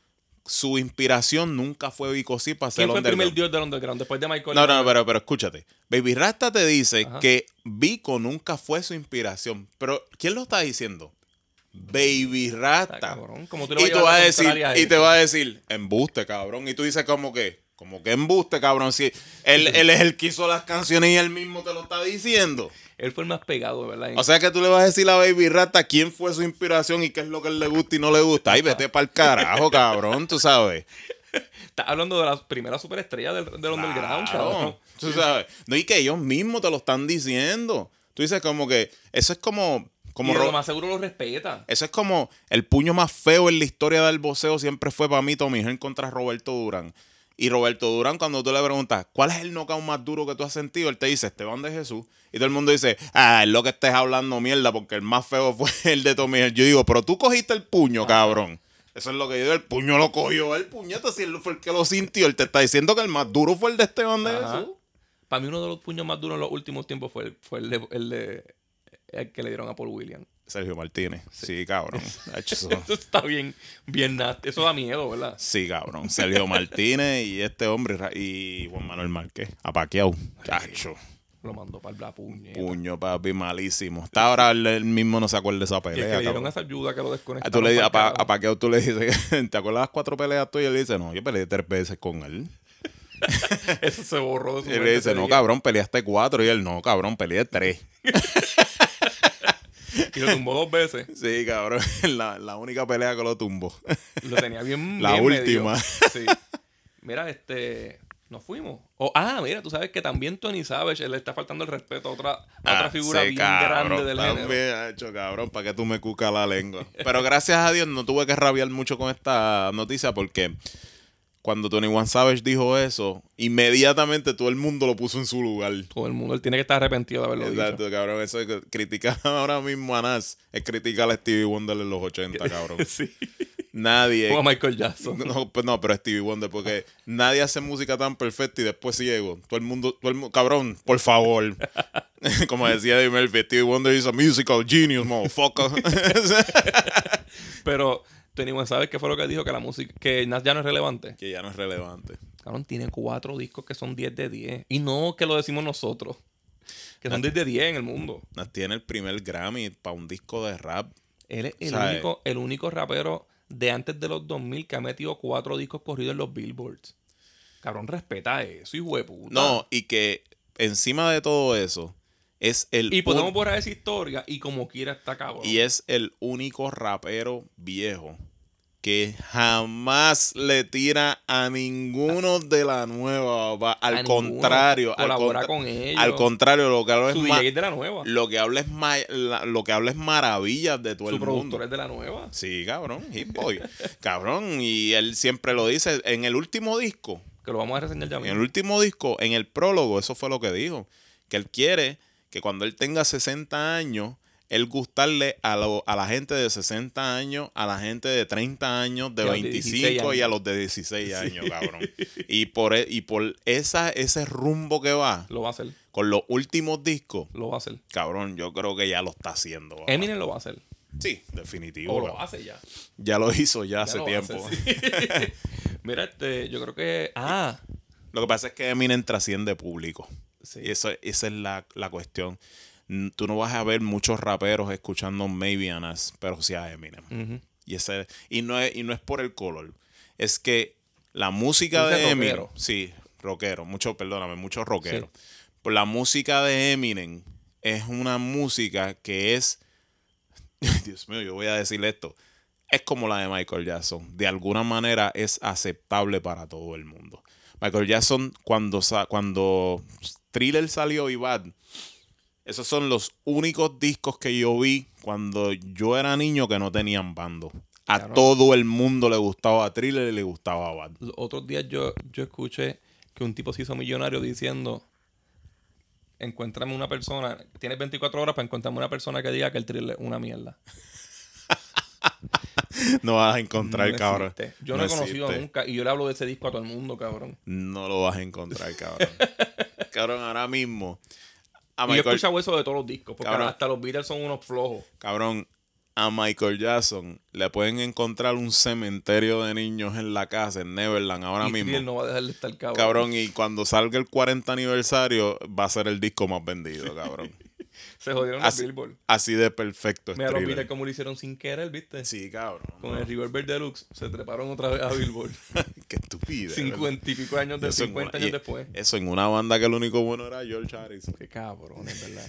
Speaker 3: su inspiración nunca fue Vico sí para hacer
Speaker 2: ¿Quién fue el primer dios del underground después de Michael?
Speaker 3: No, no, no, pero, pero escúchate. Baby Rasta te dice Ajá. que Vico nunca fue su inspiración. Pero, ¿quién lo está diciendo? Baby Rasta.
Speaker 2: Cabrón, ¿cómo tú le vas
Speaker 3: y, tú vas a decir, y te va a decir, embuste, cabrón. Y tú dices como que, como que embuste, cabrón. Si él, él es el que hizo las canciones y él mismo te lo está diciendo.
Speaker 2: Él fue el más pegado, ¿verdad?
Speaker 3: O sea que tú le vas a decir a Baby Rasta quién fue su inspiración y qué es lo que él le gusta y no le gusta. Ay, vete pa'l carajo, cabrón, tú sabes.
Speaker 2: Estás hablando de las primeras superestrellas del, del claro, underground, cabrón.
Speaker 3: Tú sabes. No, y que ellos mismos te lo están diciendo. Tú dices como que eso es como... Como
Speaker 2: y lo más seguro lo respeta.
Speaker 3: Eso es como el puño más feo en la historia del boxeo siempre fue para mí Tommy Hearn contra Roberto Durán. Y Roberto Durán, cuando tú le preguntas, ¿cuál es el knockout más duro que tú has sentido? Él te dice, Esteban de Jesús. Y todo el mundo dice, ah, es lo que estés hablando mierda, porque el más feo fue el de Tommy Hearn. Yo digo, pero tú cogiste el puño, ah. cabrón. Eso es lo que yo digo, el puño lo cogió el puñeta, si él fue el que lo sintió. Él te está diciendo que el más duro fue el de Esteban de Ajá. Jesús.
Speaker 2: Para mí uno de los puños más duros en los últimos tiempos fue el, fue el de... El de el que le dieron a Paul Williams.
Speaker 3: Sergio Martínez. Sí, sí cabrón.
Speaker 2: Eso está bien, bien nasty. Eso da miedo, ¿verdad?
Speaker 3: Sí, cabrón. Sergio Martínez y este hombre y Juan Manuel Márquez. Apaqueado. Cacho.
Speaker 2: Lo mandó para la puñeta.
Speaker 3: Puño, papi, malísimo. Hasta ahora él mismo no se acuerda de esa pelea. Y es
Speaker 2: que le dieron esa ayuda que lo desconectaron.
Speaker 3: Tú le, a, pa, a Paqueo tú le dices, ¿te acuerdas las cuatro peleas tuyas? Y él dice, no, yo peleé tres veces con él.
Speaker 2: Eso se borró de su
Speaker 3: Y él le dice, no, cabrón, peleaste cuatro. Y él, no, cabrón, peleé tres.
Speaker 2: Y lo tumbó dos veces.
Speaker 3: Sí, cabrón. La, la única pelea que lo tumbó.
Speaker 2: Lo tenía bien
Speaker 3: La
Speaker 2: bien
Speaker 3: última.
Speaker 2: Medio. Sí. Mira, este... Nos fuimos. Oh, ah, mira, tú sabes que también Tony Savage le está faltando el respeto a otra, a ah, otra figura sí, bien cabrón, grande del
Speaker 3: también
Speaker 2: género.
Speaker 3: Ha hecho, cabrón, para que tú me cucas la lengua. Pero gracias a Dios no tuve que rabiar mucho con esta noticia porque cuando Tony One Savage dijo eso, inmediatamente todo el mundo lo puso en su lugar.
Speaker 2: Todo el mundo, él tiene que estar arrepentido de haberlo
Speaker 3: Exacto,
Speaker 2: dicho.
Speaker 3: Cabrón, eso es que criticar ahora mismo a Nas es criticar a Stevie Wonder en los ochenta, cabrón.
Speaker 2: Sí.
Speaker 3: Nadie.
Speaker 2: Como a Michael Jackson.
Speaker 3: No, pues no, pero Stevie Wonder, porque nadie hace música tan perfecta y después ciego. Todo el mundo, todo el mundo, cabrón, por favor. Como decía Eddie Murphy, Stevie Wonder is a musical genius, motherfucker.
Speaker 2: Pero Tony One, ¿sabes qué fue lo que dijo? Que la música, que Nas ya no es relevante.
Speaker 3: Que ya no es relevante.
Speaker 2: Cabrón, tiene cuatro discos que son diez de diez. Y no que lo decimos nosotros. Que son diez de diez en el mundo.
Speaker 3: Nas tiene el primer Grammy para un disco de rap.
Speaker 2: Él es el único, el único rapero de antes de los dos mil que ha metido cuatro discos corridos en los Billboards. Cabrón, respeta eso, hijo de puta.
Speaker 3: No, y que encima de todo eso, Es el
Speaker 2: Y podemos
Speaker 3: un-
Speaker 2: borrar esa historia y como quiera está cabrón.
Speaker 3: y es el único rapero viejo que jamás le tira a ninguno de la nueva, papá. Al
Speaker 2: A ninguno.
Speaker 3: contrario, al,
Speaker 2: Colabora
Speaker 3: contra-
Speaker 2: con ellos.
Speaker 3: al contrario, lo que habla es
Speaker 2: Su
Speaker 3: ma-
Speaker 2: D J es de la nueva.
Speaker 3: lo que habla es ma- la- lo que habla es maravillas de todo
Speaker 2: Su
Speaker 3: el mundo.
Speaker 2: productor es de la nueva.
Speaker 3: Sí, cabrón, Hit Boy. Cabrón, y él siempre lo dice en el último disco.
Speaker 2: Que lo vamos a reseñar ya
Speaker 3: En
Speaker 2: mismo.
Speaker 3: el último disco, en el prólogo, eso fue lo que dijo. Que él quiere que cuando él tenga sesenta años, él gustarle a, lo- a la gente de sesenta años, a la gente de treinta años, de
Speaker 2: Y a los de
Speaker 3: veinticinco
Speaker 2: dieciséis
Speaker 3: y a
Speaker 2: años.
Speaker 3: los de dieciséis años, cabrón. Y por, e- y por esa, ese rumbo que va,
Speaker 2: Lo va a hacer.
Speaker 3: con los últimos discos,
Speaker 2: Lo va a hacer.
Speaker 3: cabrón, yo creo que ya lo está haciendo. papá.
Speaker 2: Eminem lo va a hacer.
Speaker 3: Sí, definitivo.
Speaker 2: O lo
Speaker 3: cabrón.
Speaker 2: hace ya.
Speaker 3: Ya lo hizo ya,
Speaker 2: Ya
Speaker 3: hace
Speaker 2: lo
Speaker 3: tiempo.
Speaker 2: hace, sí. Mira, este, yo creo que. Ah,
Speaker 3: Lo que pasa es que Eminem trasciende público.
Speaker 2: sí.
Speaker 3: Y eso, esa es la, la cuestión. N- Tú no vas a ver muchos raperos escuchando Maybe a Nas, pero sí a Eminem.
Speaker 2: Ujú.
Speaker 3: Y, ese, y, no es, y no es por el color. Es que la música
Speaker 2: Tú dices
Speaker 3: de Eminem...
Speaker 2: rockero.
Speaker 3: Sí, rockero. Mucho, perdóname, mucho rockero. Pues la música de Eminem es una música que es... Dios mío, yo voy a decir esto. Es como la de Michael Jackson. De alguna manera es aceptable para todo el mundo. Michael Jackson, cuando, sa- cuando Thriller salió y Bad, esos son los únicos discos que yo vi cuando yo era niño que no tenían bando. A
Speaker 2: Claro.
Speaker 3: todo el mundo le gustaba Thriller y le gustaba Bad.
Speaker 2: Los otros días yo, yo escuché que un tipo se hizo millonario diciendo: encuéntrame una persona, tienes veinticuatro horas para encontrarme una persona que diga que el thriller es una mierda.
Speaker 3: No vas a encontrar,
Speaker 2: No
Speaker 3: cabrón.
Speaker 2: existe. Yo no, he conocido
Speaker 3: existe.
Speaker 2: nunca y yo le hablo de ese disco a todo el mundo, cabrón.
Speaker 3: No lo vas a encontrar, cabrón. Cabrón, ahora mismo. A
Speaker 2: Y yo he
Speaker 3: Michael,
Speaker 2: escuchado eso de todos los discos, porque
Speaker 3: Cabrón.
Speaker 2: hasta los Beatles son unos flojos.
Speaker 3: cabrón, a Michael Jackson le pueden encontrar un cementerio de niños en la casa, en Neverland, ahora
Speaker 2: y
Speaker 3: mismo.
Speaker 2: Thriller no va a dejar de estar cabrón.
Speaker 3: Cabrón, y cuando salga el cuarenta aniversario, va a ser el disco más vendido, cabrón.
Speaker 2: Se jodieron los
Speaker 3: Así,
Speaker 2: Billboard.
Speaker 3: así de perfecto es
Speaker 2: Mira los
Speaker 3: Thriller.
Speaker 2: Beatles como lo hicieron sin querer, ¿viste?
Speaker 3: Sí, cabrón.
Speaker 2: Con el Revolver Deluxe se treparon otra vez a Billboard.
Speaker 3: Qué estupidez. ¿verdad?
Speaker 2: Cincuenta y pico años, de,
Speaker 3: Eso en
Speaker 2: cincuenta
Speaker 3: una-
Speaker 2: años
Speaker 3: y-
Speaker 2: después.
Speaker 3: Eso en una banda que el único bueno era George Harrison.
Speaker 2: Qué cabrón, es verdad.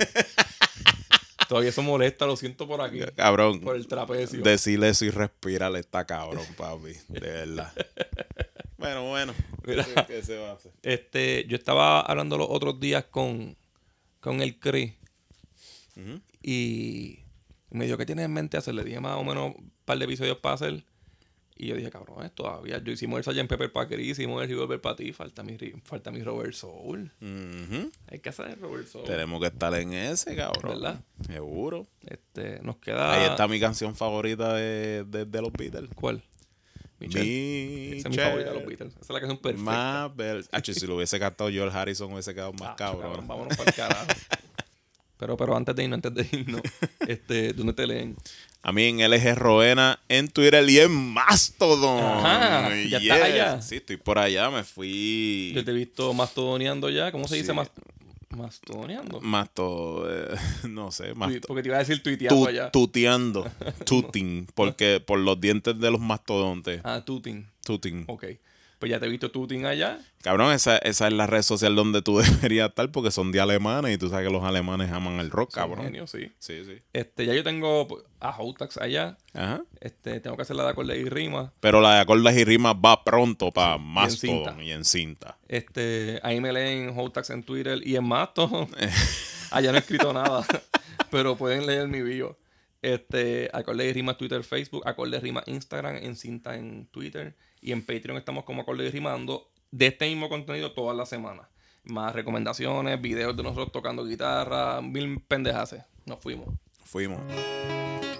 Speaker 2: Todavía eso molesta, lo siento por aquí.
Speaker 3: Cabrón,
Speaker 2: Por el trapecio.
Speaker 3: decirle eso y respirar está cabrón, papi. De verdad. Bueno, bueno.
Speaker 2: Mira.
Speaker 3: ¿Qué, qué se va a hacer?
Speaker 2: Este, yo estaba hablando los otros días con, con el Chris
Speaker 3: Ujú.
Speaker 2: y me dijo que tiene en mente hacer. Le dije más o menos un par de episodios para hacer. Y yo dije, cabrón, es todavía. Yo hicimos el Sergeant Pepper para Chris, hicimos el Revolver para ti. Falta mi, ri- falta mi Robert Soul.
Speaker 3: Ujú.
Speaker 2: Hay que hacer el Robert Soul.
Speaker 3: Tenemos que estar en ese, cabrón.
Speaker 2: ¿Verdad?
Speaker 3: Seguro.
Speaker 2: Este, nos queda.
Speaker 3: Ahí está mi canción favorita de, de, de los Beatles.
Speaker 2: ¿Cuál? Michelle.
Speaker 3: Mi
Speaker 2: Esa es mi favorita de los Beatles. Esa es la canción perfecta.
Speaker 3: Más bel- Hacho, si lo hubiese cantado George Harrison hubiese quedado más
Speaker 2: Ah,
Speaker 3: cabrón.
Speaker 2: Vámonos para el carajo. Pero, pero antes de irnos, antes de irnos, este, ¿dónde te leen?
Speaker 3: A mí en L G Roena, en Twitter y en Mastodon.
Speaker 2: Ajá, ¿ya
Speaker 3: Yes.
Speaker 2: estás allá?
Speaker 3: Sí, estoy por allá, me fui.
Speaker 2: Yo te he visto mastodoneando ya. ¿Cómo se dice
Speaker 3: Sí.
Speaker 2: mas- mastodoneando?
Speaker 3: Masto, eh, no sé,
Speaker 2: Tui-
Speaker 3: masto.
Speaker 2: Porque te iba a decir tuiteando
Speaker 3: Tu-
Speaker 2: allá.
Speaker 3: tuteando, tuting, porque por los dientes de los mastodontes.
Speaker 2: Ah, tuting.
Speaker 3: Tuting.
Speaker 2: Ok. Pues ya te he visto tuting allá.
Speaker 3: Cabrón, esa, esa es la red social donde tú deberías estar porque son de alemanes y tú sabes que los alemanes aman el rock,
Speaker 2: Son
Speaker 3: cabrón.
Speaker 2: genios, sí.
Speaker 3: Sí, sí.
Speaker 2: Este, ya yo tengo pues, a Hotax allá.
Speaker 3: Ajá.
Speaker 2: Este, tengo que hacer la de acorde y rima.
Speaker 3: Pero la de acordes y rimas va pronto para
Speaker 2: cinta.
Speaker 3: Mastodon y en cinta.
Speaker 2: Este, ahí me leen Hotax en Twitter y en Mastodon. Allá no he escrito nada. Pero pueden leer mi bio. Este, Acorde y Rima Twitter, Facebook, Acorde y Rima Instagram, en cinta en Twitter. Y en Patreon estamos como Acorde y Rimando de este mismo contenido todas las semanas. Más recomendaciones, videos de nosotros tocando guitarra, mil pendejaces. Nos fuimos.
Speaker 3: Fuimos.